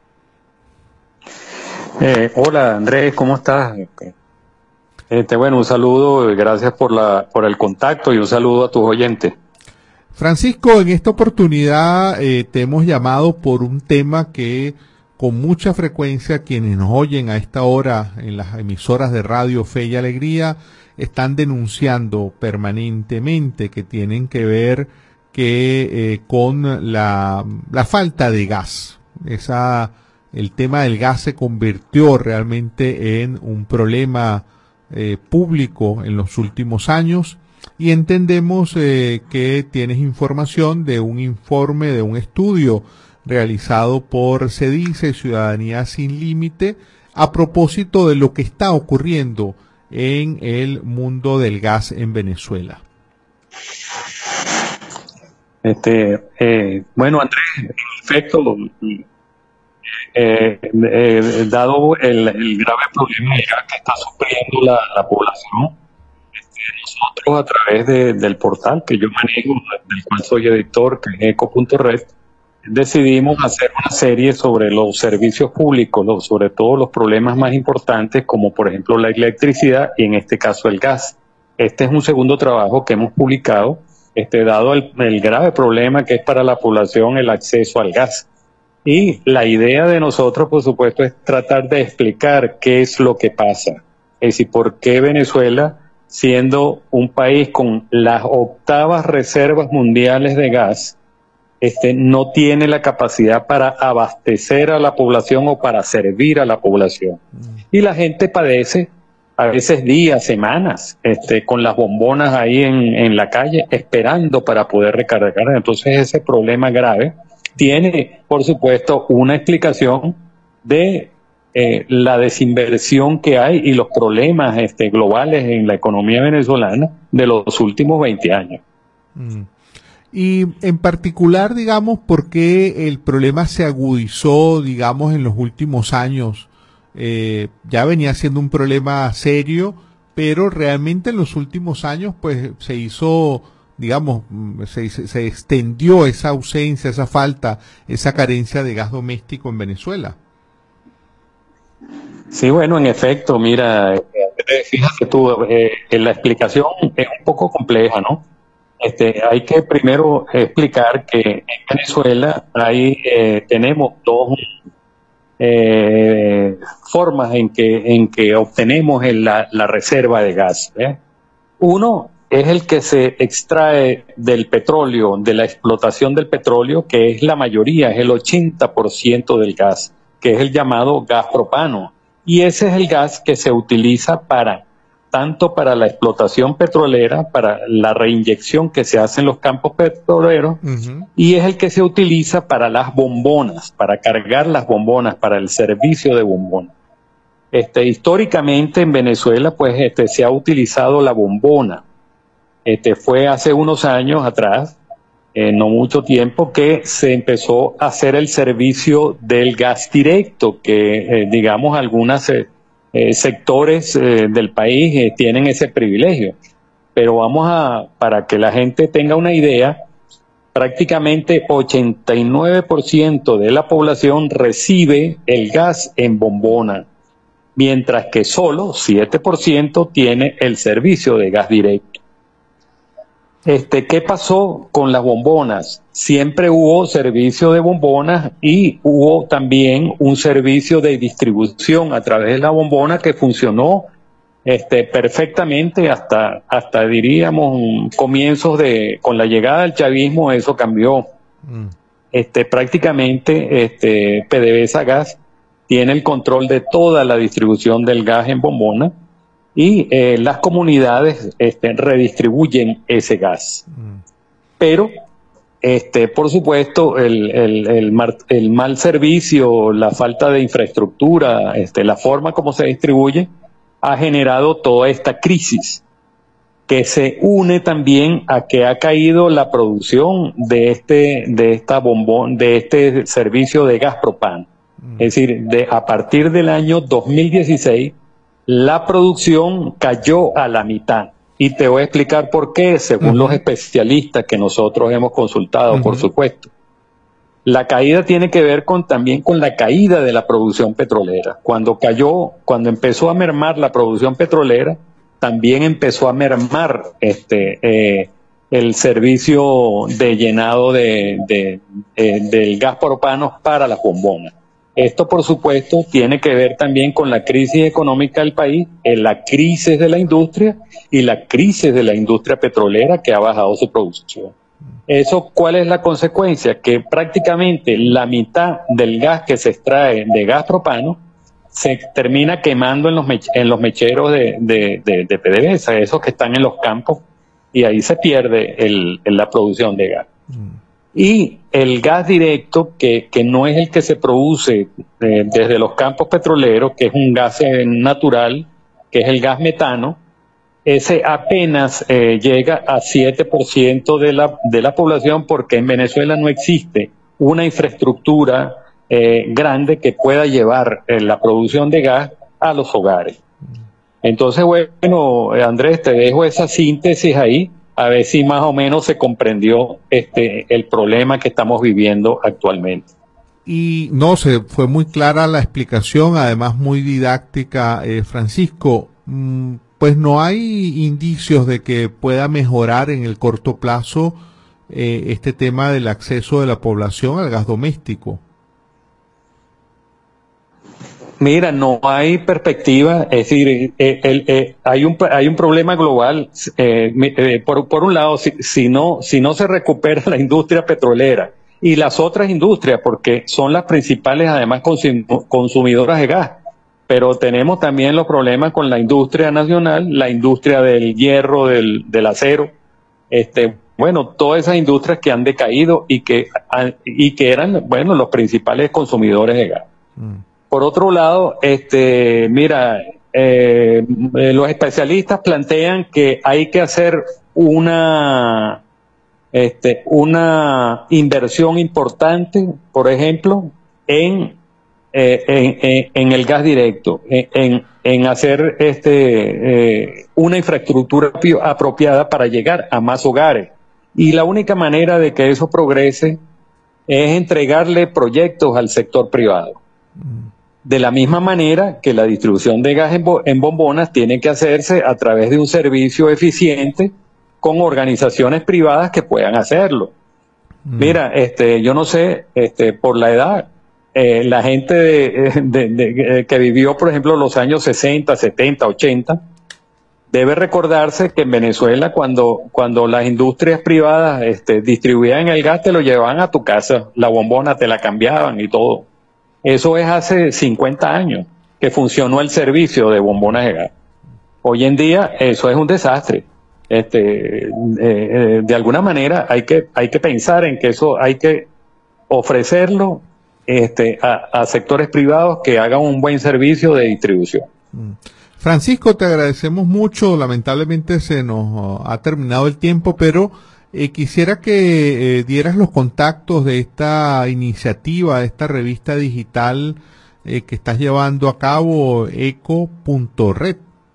Eh, hola Andrés, ¿cómo estás? Este, bueno, un saludo, gracias por la por el contacto y un saludo a tus oyentes. Francisco, en esta oportunidad eh, te hemos llamado por un tema que con mucha frecuencia quienes nos oyen a esta hora en las emisoras de Radio Fe y Alegría están denunciando permanentemente, que tienen que ver que eh, con la, la falta de gas. Esa, el tema del gas se convirtió realmente en un problema eh, público en los últimos años. Y entendemos eh, que tienes información de un informe, de un estudio realizado por CEDICE, Ciudadanía Sin Límite, a propósito de lo que está ocurriendo en el mundo del gas en Venezuela. Este, eh, bueno, Andrés, en efecto, eh, eh, dado el, el grave problema del gas que está sufriendo la, la población, nosotros a través de, del portal que yo manejo, del cual soy editor, que es eco punto red, decidimos hacer una serie sobre los servicios públicos, los, sobre todo los problemas más importantes, como por ejemplo la electricidad y en este caso el gas. Este es un segundo trabajo que hemos publicado, este, dado el, el grave problema que es para la población el acceso al gas. Y la idea de nosotros, por supuesto, es tratar de explicar qué es lo que pasa. Es decir, por qué Venezuela, siendo un país con las octavas reservas mundiales de gas, este, no tiene la capacidad para abastecer a la población o para servir a la población. Y la gente padece a veces días, semanas, este, con las bombonas ahí en, en la calle, esperando para poder recargar. Entonces ese problema grave tiene, por supuesto, una explicación de Eh, la desinversión que hay y los problemas este, globales en la economía venezolana de los últimos veinte años. Mm. Y en particular, digamos, ¿por qué el problema se agudizó, digamos, en los últimos años? Eh, ya venía siendo un problema serio, pero realmente en los últimos años, pues, se hizo, digamos, se, se extendió esa ausencia, esa falta, esa carencia de gas doméstico en Venezuela. Sí, bueno, en efecto, mira, fíjate tú, eh, la explicación es un poco compleja, ¿no? Este, hay que primero explicar que en Venezuela hay, eh, tenemos dos eh, formas en que, en que obtenemos el, la, la reserva de gas. ¿eh? Uno es el que se extrae del petróleo, de la explotación del petróleo, que es la mayoría, es el ochenta por ciento del gas, que es el llamado gas propano. Y ese es el gas que se utiliza para, tanto para la explotación petrolera, para la reinyección que se hace en los campos petroleros, uh-huh. y es el que se utiliza para las bombonas, para cargar las bombonas, para el servicio de bombonas. Este, históricamente en Venezuela, pues, este, se ha utilizado la bombona. Este, fue hace unos años atrás, Eh, no mucho tiempo, que se empezó a hacer el servicio del gas directo, que eh, digamos algunos eh, eh, sectores eh, del país eh, tienen ese privilegio. Pero vamos a, para que la gente tenga una idea, prácticamente ochenta y nueve por ciento de la población recibe el gas en bombona, mientras que solo siete por ciento tiene el servicio de gas directo. Este, ¿qué pasó con las bombonas? Siempre hubo servicio de bombonas y hubo también un servicio de distribución a través de la bombona que funcionó este, perfectamente hasta, hasta diríamos, comienzos de, con la llegada del chavismo eso cambió. Mm. Este, prácticamente este, PDVSA Gas tiene el control de toda la distribución del gas en bombona. Y eh, las comunidades este, redistribuyen ese gas. Mm. Pero, este, por supuesto, el, el, el, mar, el mal servicio, la falta de infraestructura, este, la forma como se distribuye, ha generado toda esta crisis, que se une también a que ha caído la producción de este, de esta bombón, de este servicio de gas propano. Mm. Es decir, de, a partir del año dos mil dieciséis, la producción cayó a la mitad. Y te voy a explicar por qué, según uh-huh. los especialistas que nosotros hemos consultado, uh-huh. por supuesto. La caída tiene que ver con también con la caída de la producción petrolera. Cuando cayó, cuando empezó a mermar la producción petrolera, también empezó a mermar este eh, el servicio de llenado de, de, de, del gas propano para las bombonas. Esto, por supuesto, tiene que ver también con la crisis económica del país, en la crisis de la industria y la crisis de la industria petrolera que ha bajado su producción. Eso, ¿cuál es la consecuencia? Que prácticamente la mitad del gas que se extrae de gas propano se termina quemando en los, mech en los mecheros de, de, de, de PDVSA, esos que están en los campos, y ahí se pierde el, el, la producción de gas. Mm. Y el gas directo, que, que no es el que se produce eh, desde los campos petroleros, que es un gas eh, natural, que es el gas metano, ese apenas eh, llega a siete por ciento de la, de la población, porque en Venezuela no existe una infraestructura eh, grande que pueda llevar eh, la producción de gas a los hogares. Entonces, bueno, Andrés, te dejo esa síntesis ahí, a ver si más o menos se comprendió este el problema que estamos viviendo actualmente. Y no, se fue muy clara la explicación, además muy didáctica, eh, Francisco. Mm, pues no hay indicios de que pueda mejorar en el corto plazo eh, este tema del acceso de la población al gas doméstico. Mira, no hay perspectiva, es decir, eh, el, eh, hay un hay un problema global. Eh, eh, por, por un lado, si, si no si no se recupera la industria petrolera y las otras industrias, porque son las principales además consum, consumidoras de gas, pero tenemos también los problemas con la industria nacional, la industria del hierro, del, del acero, este, bueno, todas esas industrias que han decaído y que y que eran, bueno, los principales consumidores de gas. Mm. Por otro lado, este, mira, eh, eh, los especialistas plantean que hay que hacer una, este, una inversión importante, por ejemplo, en, eh, en, en, en el gas directo, en, en hacer este, eh, una infraestructura apropiada para llegar a más hogares. Y la única manera de que eso progrese es entregarle proyectos al sector privado. De la misma manera que la distribución de gas en, bo en bombonas tiene que hacerse a través de un servicio eficiente con organizaciones privadas que puedan hacerlo. Mm. Mira, este, yo no sé, este, por la edad, eh, la gente de, de, de, de, que vivió, por ejemplo, los años sesenta, setenta, ochenta, debe recordarse que en Venezuela, cuando, cuando las industrias privadas este, distribuían el gas, te lo llevaban a tu casa, la bombona te la cambiaban y todo. Eso es hace cincuenta años que funcionó el servicio de bombonas de gas. Hoy en día eso es un desastre. Este, eh, eh, de alguna manera hay que hay que pensar en que eso hay que ofrecerlo este, a, a sectores privados que hagan un buen servicio de distribución. Francisco, te agradecemos mucho. Lamentablemente se nos ha terminado el tiempo, pero Eh, quisiera que eh, dieras los contactos de esta iniciativa, de esta revista digital eh, que estás llevando a cabo, eco punto red.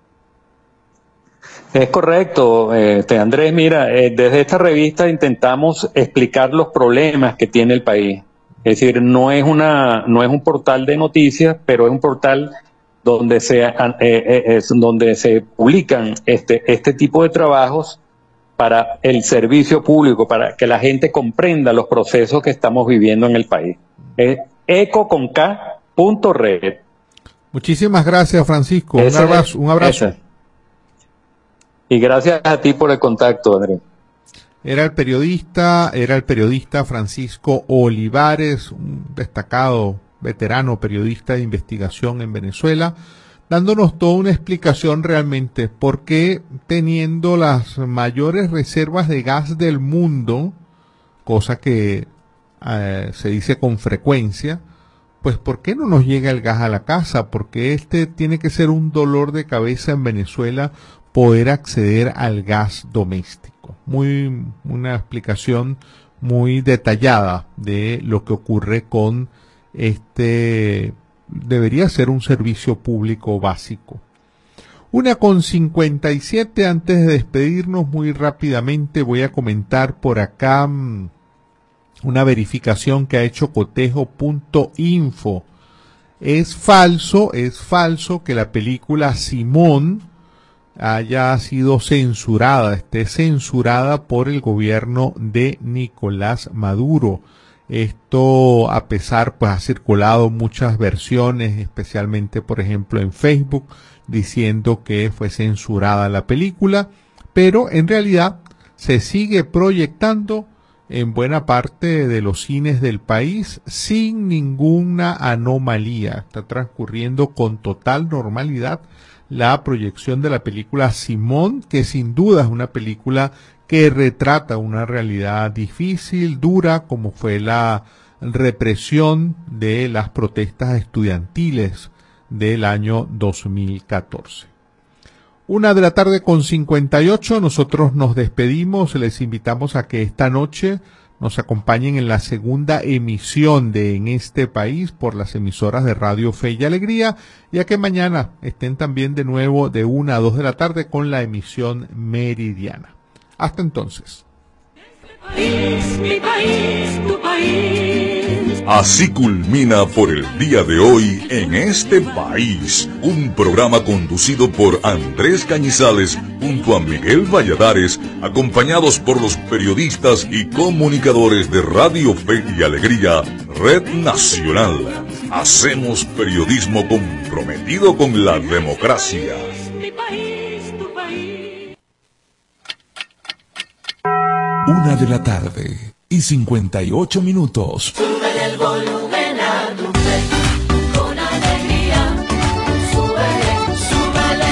Es correcto, este, Andrés. Mira, eh, desde esta revista intentamos explicar los problemas que tiene el país. Es decir, no es una, no es un portal de noticias, pero es un portal donde se, eh, eh, es donde se publican este, este tipo de trabajos para el servicio público, para que la gente comprenda los procesos que estamos viviendo en el país. Es eco con K punto red. Muchísimas gracias, Francisco. Un abrazo. Un abrazo. Ese. Y gracias a ti por el contacto, Andrés. Era el periodista, era el periodista Francisco Olivares, un destacado veterano periodista de investigación en Venezuela, dándonos toda una explicación realmente por qué, teniendo las mayores reservas de gas del mundo, cosa que eh, se dice con frecuencia, pues ¿por qué no nos llega el gas a la casa? Porque este tiene que ser un dolor de cabeza en Venezuela poder acceder al gas doméstico. Muy, una explicación muy detallada de lo que ocurre con este, debería ser un servicio público básico. Una con cincuenta y siete. Antes de despedirnos muy rápidamente voy a comentar por acá mmm, una verificación que ha hecho cotejo punto info. Es falso, es falso que la película Simón haya sido censurada, esté censurada por el gobierno de Nicolás Maduro. Esto, a pesar, pues ha circulado muchas versiones, especialmente por ejemplo en Facebook, diciendo que fue censurada la película, pero en realidad se sigue proyectando en buena parte de los cines del país sin ninguna anomalía. Está transcurriendo con total normalidad la proyección de la película Simón, que sin duda es una película que retrata una realidad difícil, dura, como fue la represión de las protestas estudiantiles del año dos mil catorce. Una de la tarde con cincuenta y ocho, nosotros nos despedimos, les invitamos a que esta noche nos acompañen en la segunda emisión de En este País por las emisoras de Radio Fe y Alegría, y a que mañana estén también de nuevo de una a dos de la tarde con la emisión meridiana. Hasta entonces. País, mi país, tu país. Así culmina por el día de hoy En este País, un programa conducido por Andrés Cañizales junto a Miguel Valladares, acompañados por los periodistas y comunicadores de Radio Fe y Alegría, Red Nacional. Hacemos periodismo comprometido con la democracia. Mi país, tu país. Una de la tarde y cincuenta y ocho minutos. Súbele el volumen a tu fe, con alegría. Súbele, súbele.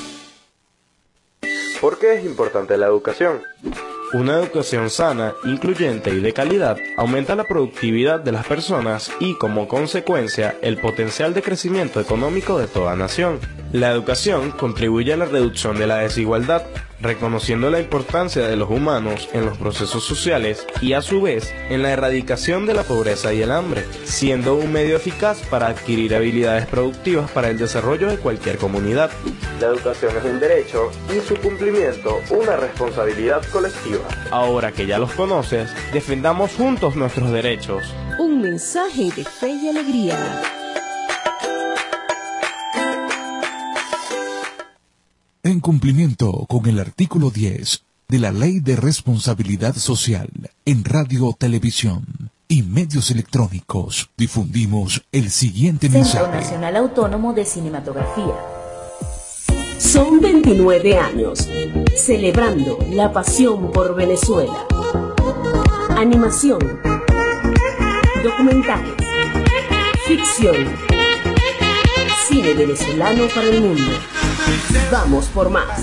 ¿Por qué es importante la educación? Una educación sana, incluyente y de calidad aumenta la productividad de las personas y, como consecuencia, el potencial de crecimiento económico de toda nación. La educación contribuye a la reducción de la desigualdad, reconociendo la importancia de los humanos en los procesos sociales y, a su vez, en la erradicación de la pobreza y el hambre, siendo un medio eficaz para adquirir habilidades productivas para el desarrollo de cualquier comunidad. La educación es un derecho y su cumplimiento una responsabilidad colectiva. Ahora que ya los conoces, defendamos juntos nuestros derechos. Un mensaje de fe y alegría. En cumplimiento con el artículo diez de la Ley de Responsabilidad Social en Radio, Televisión y Medios Electrónicos, difundimos el siguiente mensaje. Centro Nacional Autónomo de Cinematografía. Son veintinueve años, celebrando la pasión por Venezuela. Animación, documentales, ficción, cine venezolano para el mundo. Vamos por más.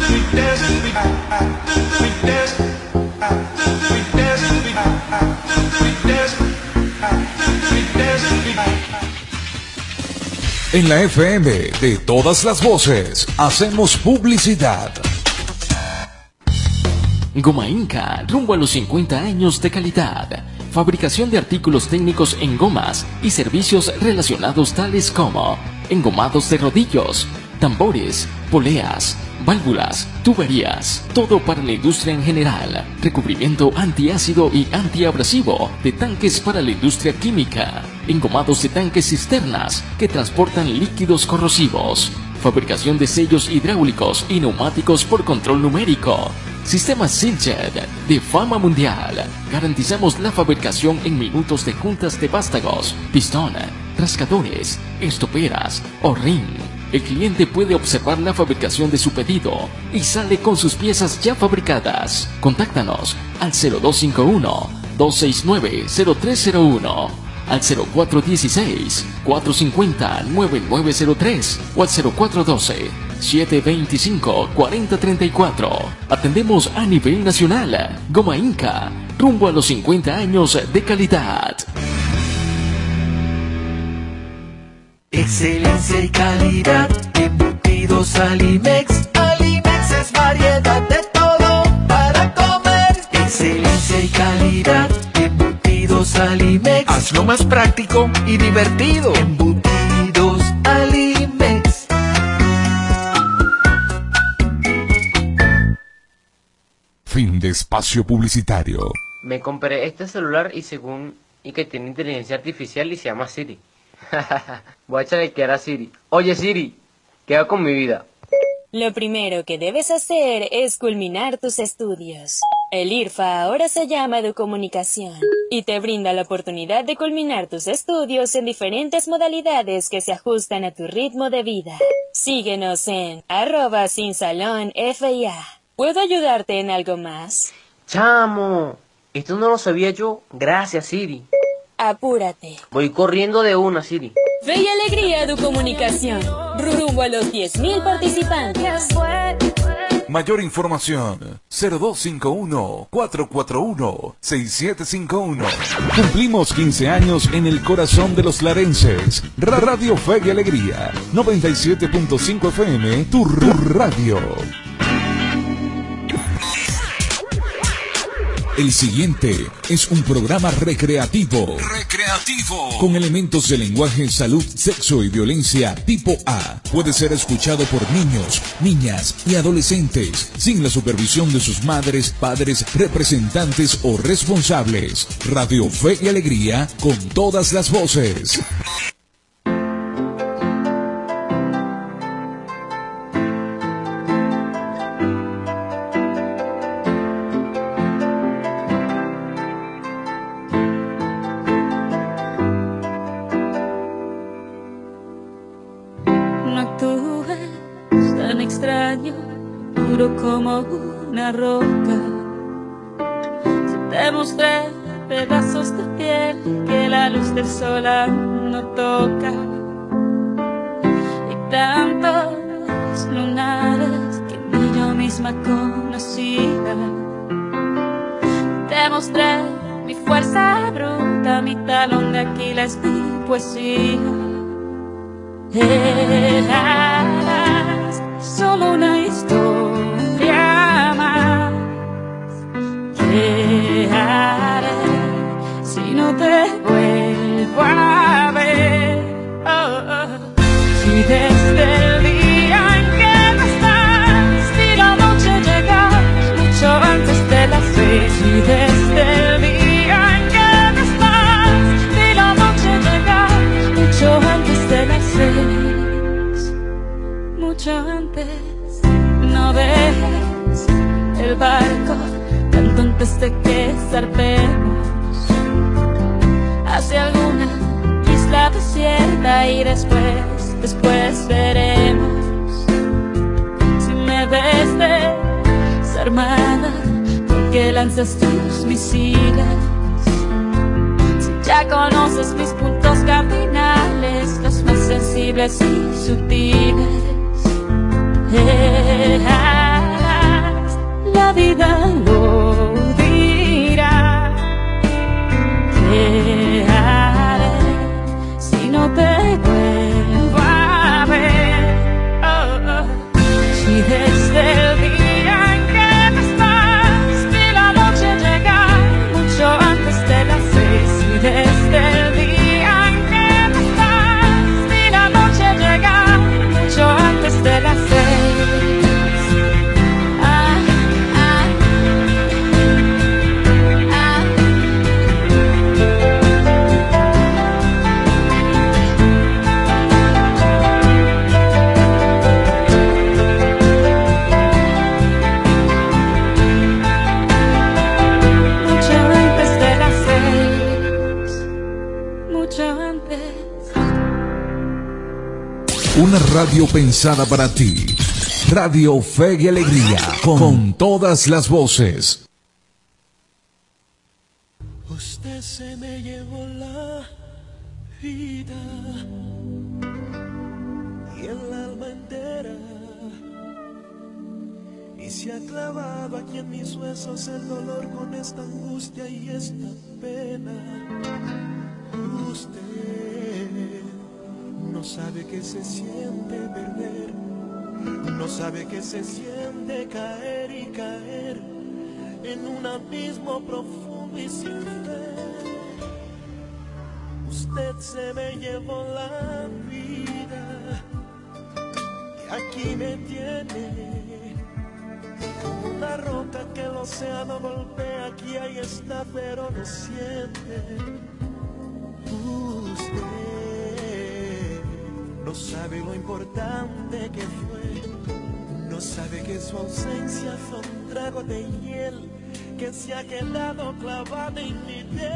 En la F M de todas las voces, hacemos publicidad. Goma Inca, rumbo a los cincuenta años de calidad. Fabricación de artículos técnicos en gomas y servicios relacionados tales como engomados de rodillos, tambores, poleas, válvulas, tuberías, todo para la industria en general, recubrimiento antiácido y antiabrasivo de tanques para la industria química, engomados de tanques cisternas que transportan líquidos corrosivos, fabricación de sellos hidráulicos y neumáticos por control numérico, sistemas Siljet de fama mundial. Garantizamos la fabricación en minutos de juntas de vástagos, pistón, rascadores, estoperas o ring. El cliente puede observar la fabricación de su pedido y sale con sus piezas ya fabricadas. Contáctanos al cero dos cinco uno, dos seis nueve, cero tres cero uno, al cero cuatro uno seis, cuatro cinco cero, nueve nueve cero tres o al cero cuatro uno dos, siete dos cinco, cuatro cero tres cuatro. Atendemos a nivel nacional. Goma Inca, rumbo a los cincuenta años de calidad. Excelencia y calidad, embutidos Alimex. Alimex es variedad de todo para comer. Excelencia y calidad, embutidos Alimex. Hazlo más práctico y divertido. Embutidos Alimex. Fin de espacio publicitario. Me compré este celular y según y que tiene inteligencia artificial y se llama Siri. Voy a echarle que era Siri. Oye Siri, ¿qué hago con mi vida? Lo primero que debes hacer es culminar tus estudios. El I R F A ahora se llama Educomunicación y te brinda la oportunidad de culminar tus estudios en diferentes modalidades que se ajustan a tu ritmo de vida. Síguenos en arroba sin salón F I A. ¿Puedo ayudarte en algo más? ¡Chamo! Esto no lo sabía yo. Gracias, Siri. Apúrate. Voy corriendo de una, Siri. Fe y alegría Educomunicación. Rumbo a los diez mil participantes. Mayor información cero dos cinco uno, cuatro cuatro uno, seis siete cinco uno. Cumplimos quince años en el corazón de los larenses. Radio Fe y Alegría noventa y siete punto cinco F M, tu radio. El siguiente es un programa recreativo. Recreativo. Con elementos de lenguaje, salud, sexo y violencia tipo A. Puede ser escuchado por niños, niñas y adolescentes, sin la supervisión de sus madres, padres, representantes o responsables. Radio Fe y Alegría con todas las voces. Como una roca, te mostré pedazos de piel que la luz del sol aún no toca, y tantos lunares que ni yo misma conocía. Te mostré mi fuerza bruta, mi talón de Aquiles, mi poesía. Eras solo una historia más. ¿Qué haré si no te vuelvo a ver? Oh, oh. Si desde el día en que no estás y la noche llega mucho antes de las seis. Si desde el día en que no estás y la noche llega mucho antes de las seis. Mucho antes. No dejes el barco tanto antes de que zarpemos hacia alguna isla desierta y después, después veremos si me ves desarmada porque lanzas tus misiles, si ya conoces mis puntos cardinales, los más sensibles y sutiles. Eras, la vida lo dirá. ¿Qué haré si no te vuelvo a ver? Oh, oh. Si desde el día en que no estás y la noche llega mucho antes de las seis. Si desde el día en que no estás y la noche llega mucho antes de las seis. Una radio pensada para ti. Radio Fe y Alegría, con, con todas las voces. Usted se me llevó la vida y el alma entera, y se ha clavado aquí en mis huesos el dolor con esta angustia y esta pena. Usted no sabe que se siente perder, no sabe que se siente caer y caer en un abismo profundo y sin fe. Usted se me llevó la vida y aquí me tiene esta roca que el océano golpea, aquí ahí está, pero no siente. Usted no sabe lo importante que fue, no sabe que su ausencia fue un trago de hiel que se ha quedado clavado en mi piel.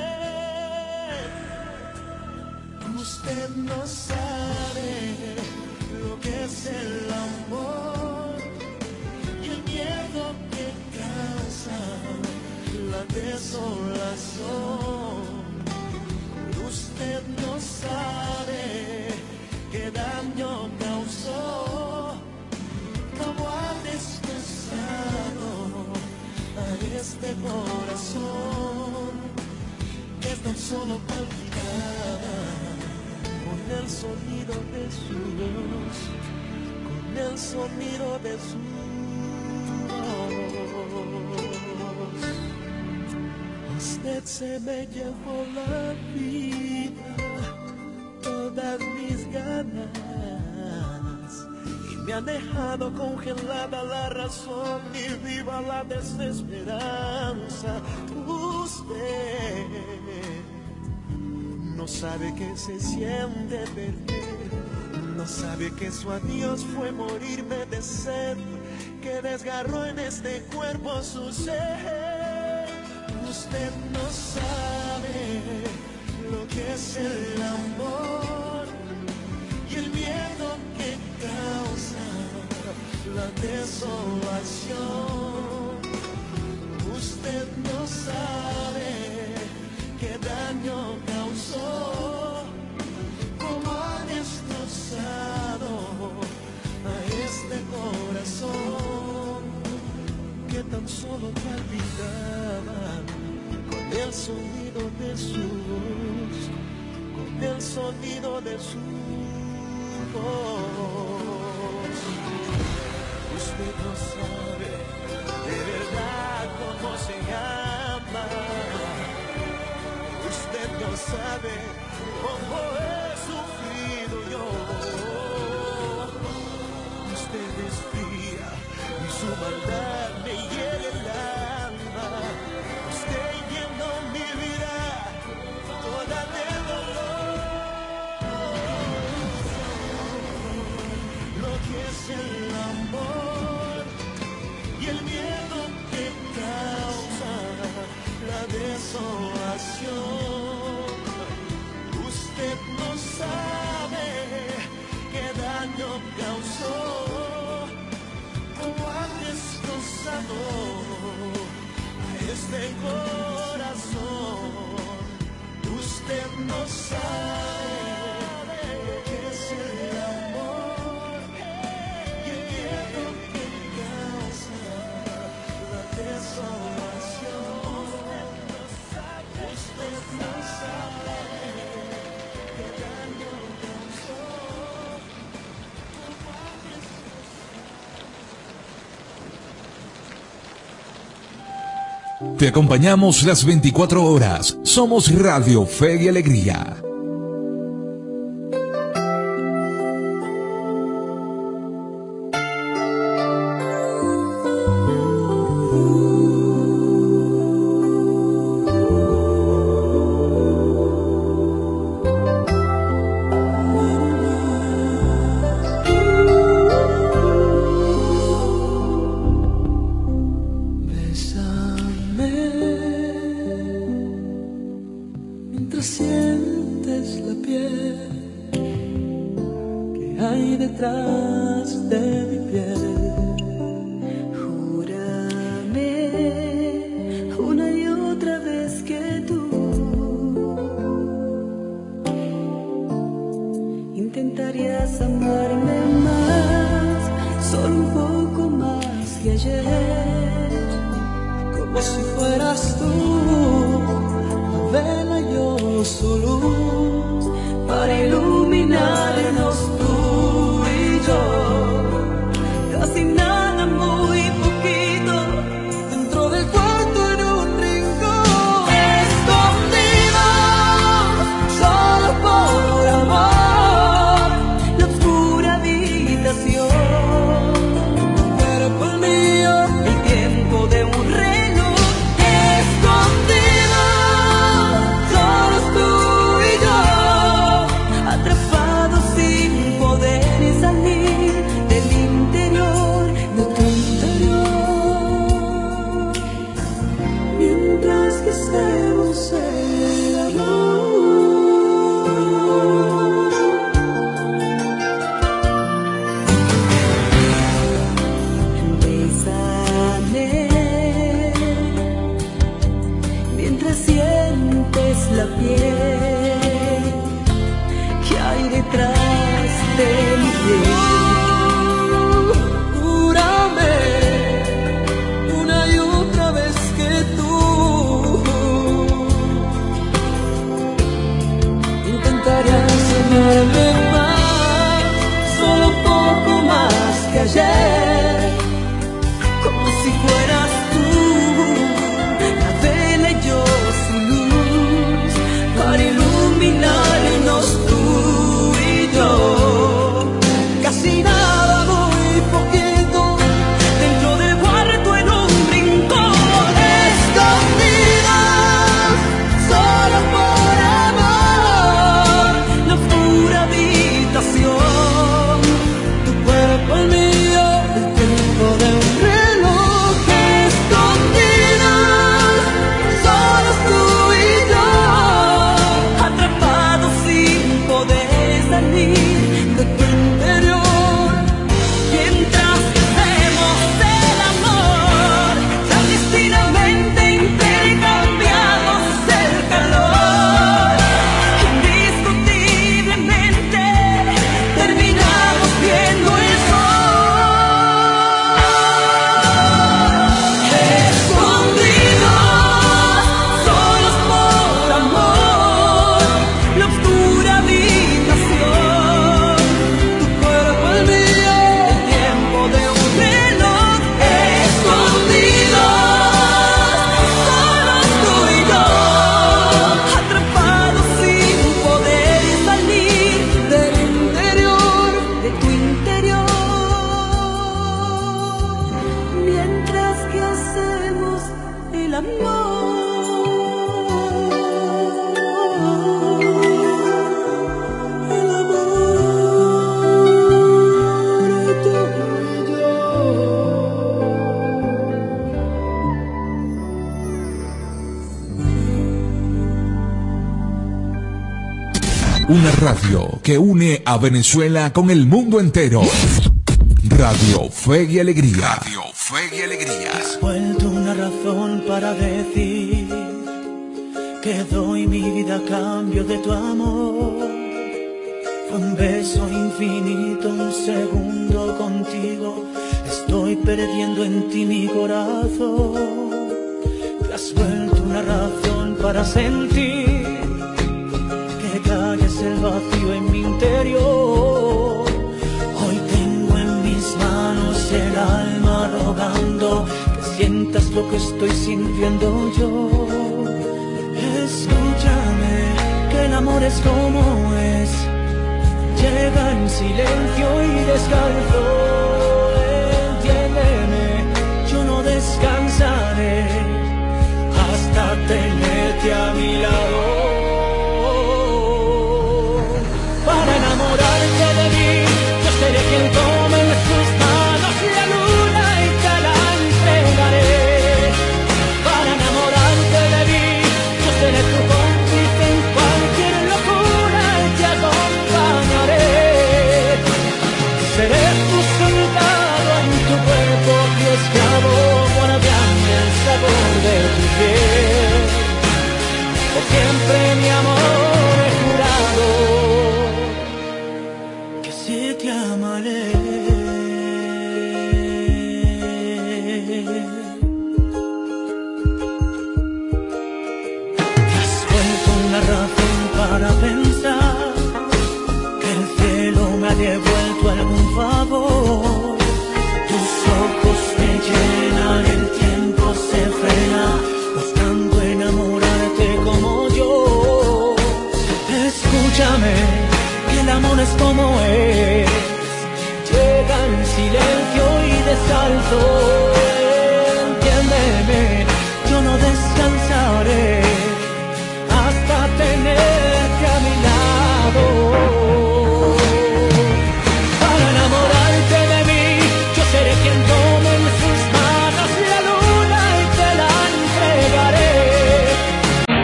Usted no sabe lo que es el amor y el miedo que causa la desolación. Usted no sabe qué daño causó, cómo ha destrozado a este corazón que es tan solo palpitaba con el sonido de su voz, con el sonido de su voz. Usted se me llevó la vida, todas mis ganas, y me ha dejado congelada la razón y viva la desesperanza. Usted no sabe que se siente perder, no sabe que su adiós fue morirme de sed, que desgarró en este cuerpo su ser. Usted no sabe lo que es el amor y el miedo que causa la desolación. Usted no sabe qué daño causó, cómo ha destrozado a este corazón que tan solo palpitaba con el sonido de su voz, con el sonido de su voz. Usted no sabe de verdad cómo se llama. Usted no sabe cómo he sufrido yo. Usted es fría y su maldad me hiere el alma. Usted llenó mi vida toda de dolor. Lo que es el amor y el miedo que causa la desolación. Usted no sabe qué daño causó, cómo ha destrozado a este corazón. Usted no sabe lo que es el amor y el miedo que causa la desolación. Usted no sabe qué daño causó, cómo ha destrozado. Te acompañamos las veinticuatro horas. Somos Radio Fe y Alegría. El mientras sientes la piel que hay detrás de mi piel. Júrame una y otra vez que tú intentarás amarme más, solo un poco más que ayer, como si fueras tú la vela y yo su luz para iluminarnos tú y yo. Casi nada, muy poquito, dentro del cuarto en un rincón, escondidas, solo por amor, la oscura habitación, tu cuerpo el mío, el tiempo de un reloj, escondidas, solos tú y yo, atrapados sin poder salir de tu interior, mientras que hacemos el amor, clandestinamente intercambiamos el calor, indiscutiblemente terminamos viendo el sol, escondidos, solos por amor, la oscura habitación, tu cuerpo el mío, el tiempo de un reloj, escondidos, solos tú y yo, atrapados sin poder salir del interior, de tu interior, mientras que hacemos el amor. El amor, tú y yo. Una radio que une a Venezuela con el mundo entero. Radio Fe y Alegría. Radio Fe y Alegría. Has vuelto una razón para decir que doy mi vida a cambio de tu amor. Fue un beso infinito, un segundo contigo. Estoy perdiendo en ti mi corazón. Te has vuelto una razón para sentir que calles el vacío en mi interior. Hoy tengo en mis manos el alma rogando que sientas lo que estoy sintiendo yo. Escúchame, que el amor es como es, llega en silencio y descalzo. Entiéndeme, yo no descansaré hasta tenerte a mi lado. Para enamorarte de mí, yo seré quien tome en sus manos la luna y te la entregaré. Para enamorarte de mí, yo seré tu cómplice en cualquier locura y te acompañaré. Seré tu soldado en tu cuerpo, tu esclavo, guardián del sabor de tu piel. Por siempre mi amor he jurado que si te amaré. Te has vuelto una razón para pensar que el cielo me ha devuelto algún favor. Tus ojos me llenan, el tiempo se frena, buscando enamorarte como yo. Escúchame, que el amor es como es, llega en silencio y descalzo.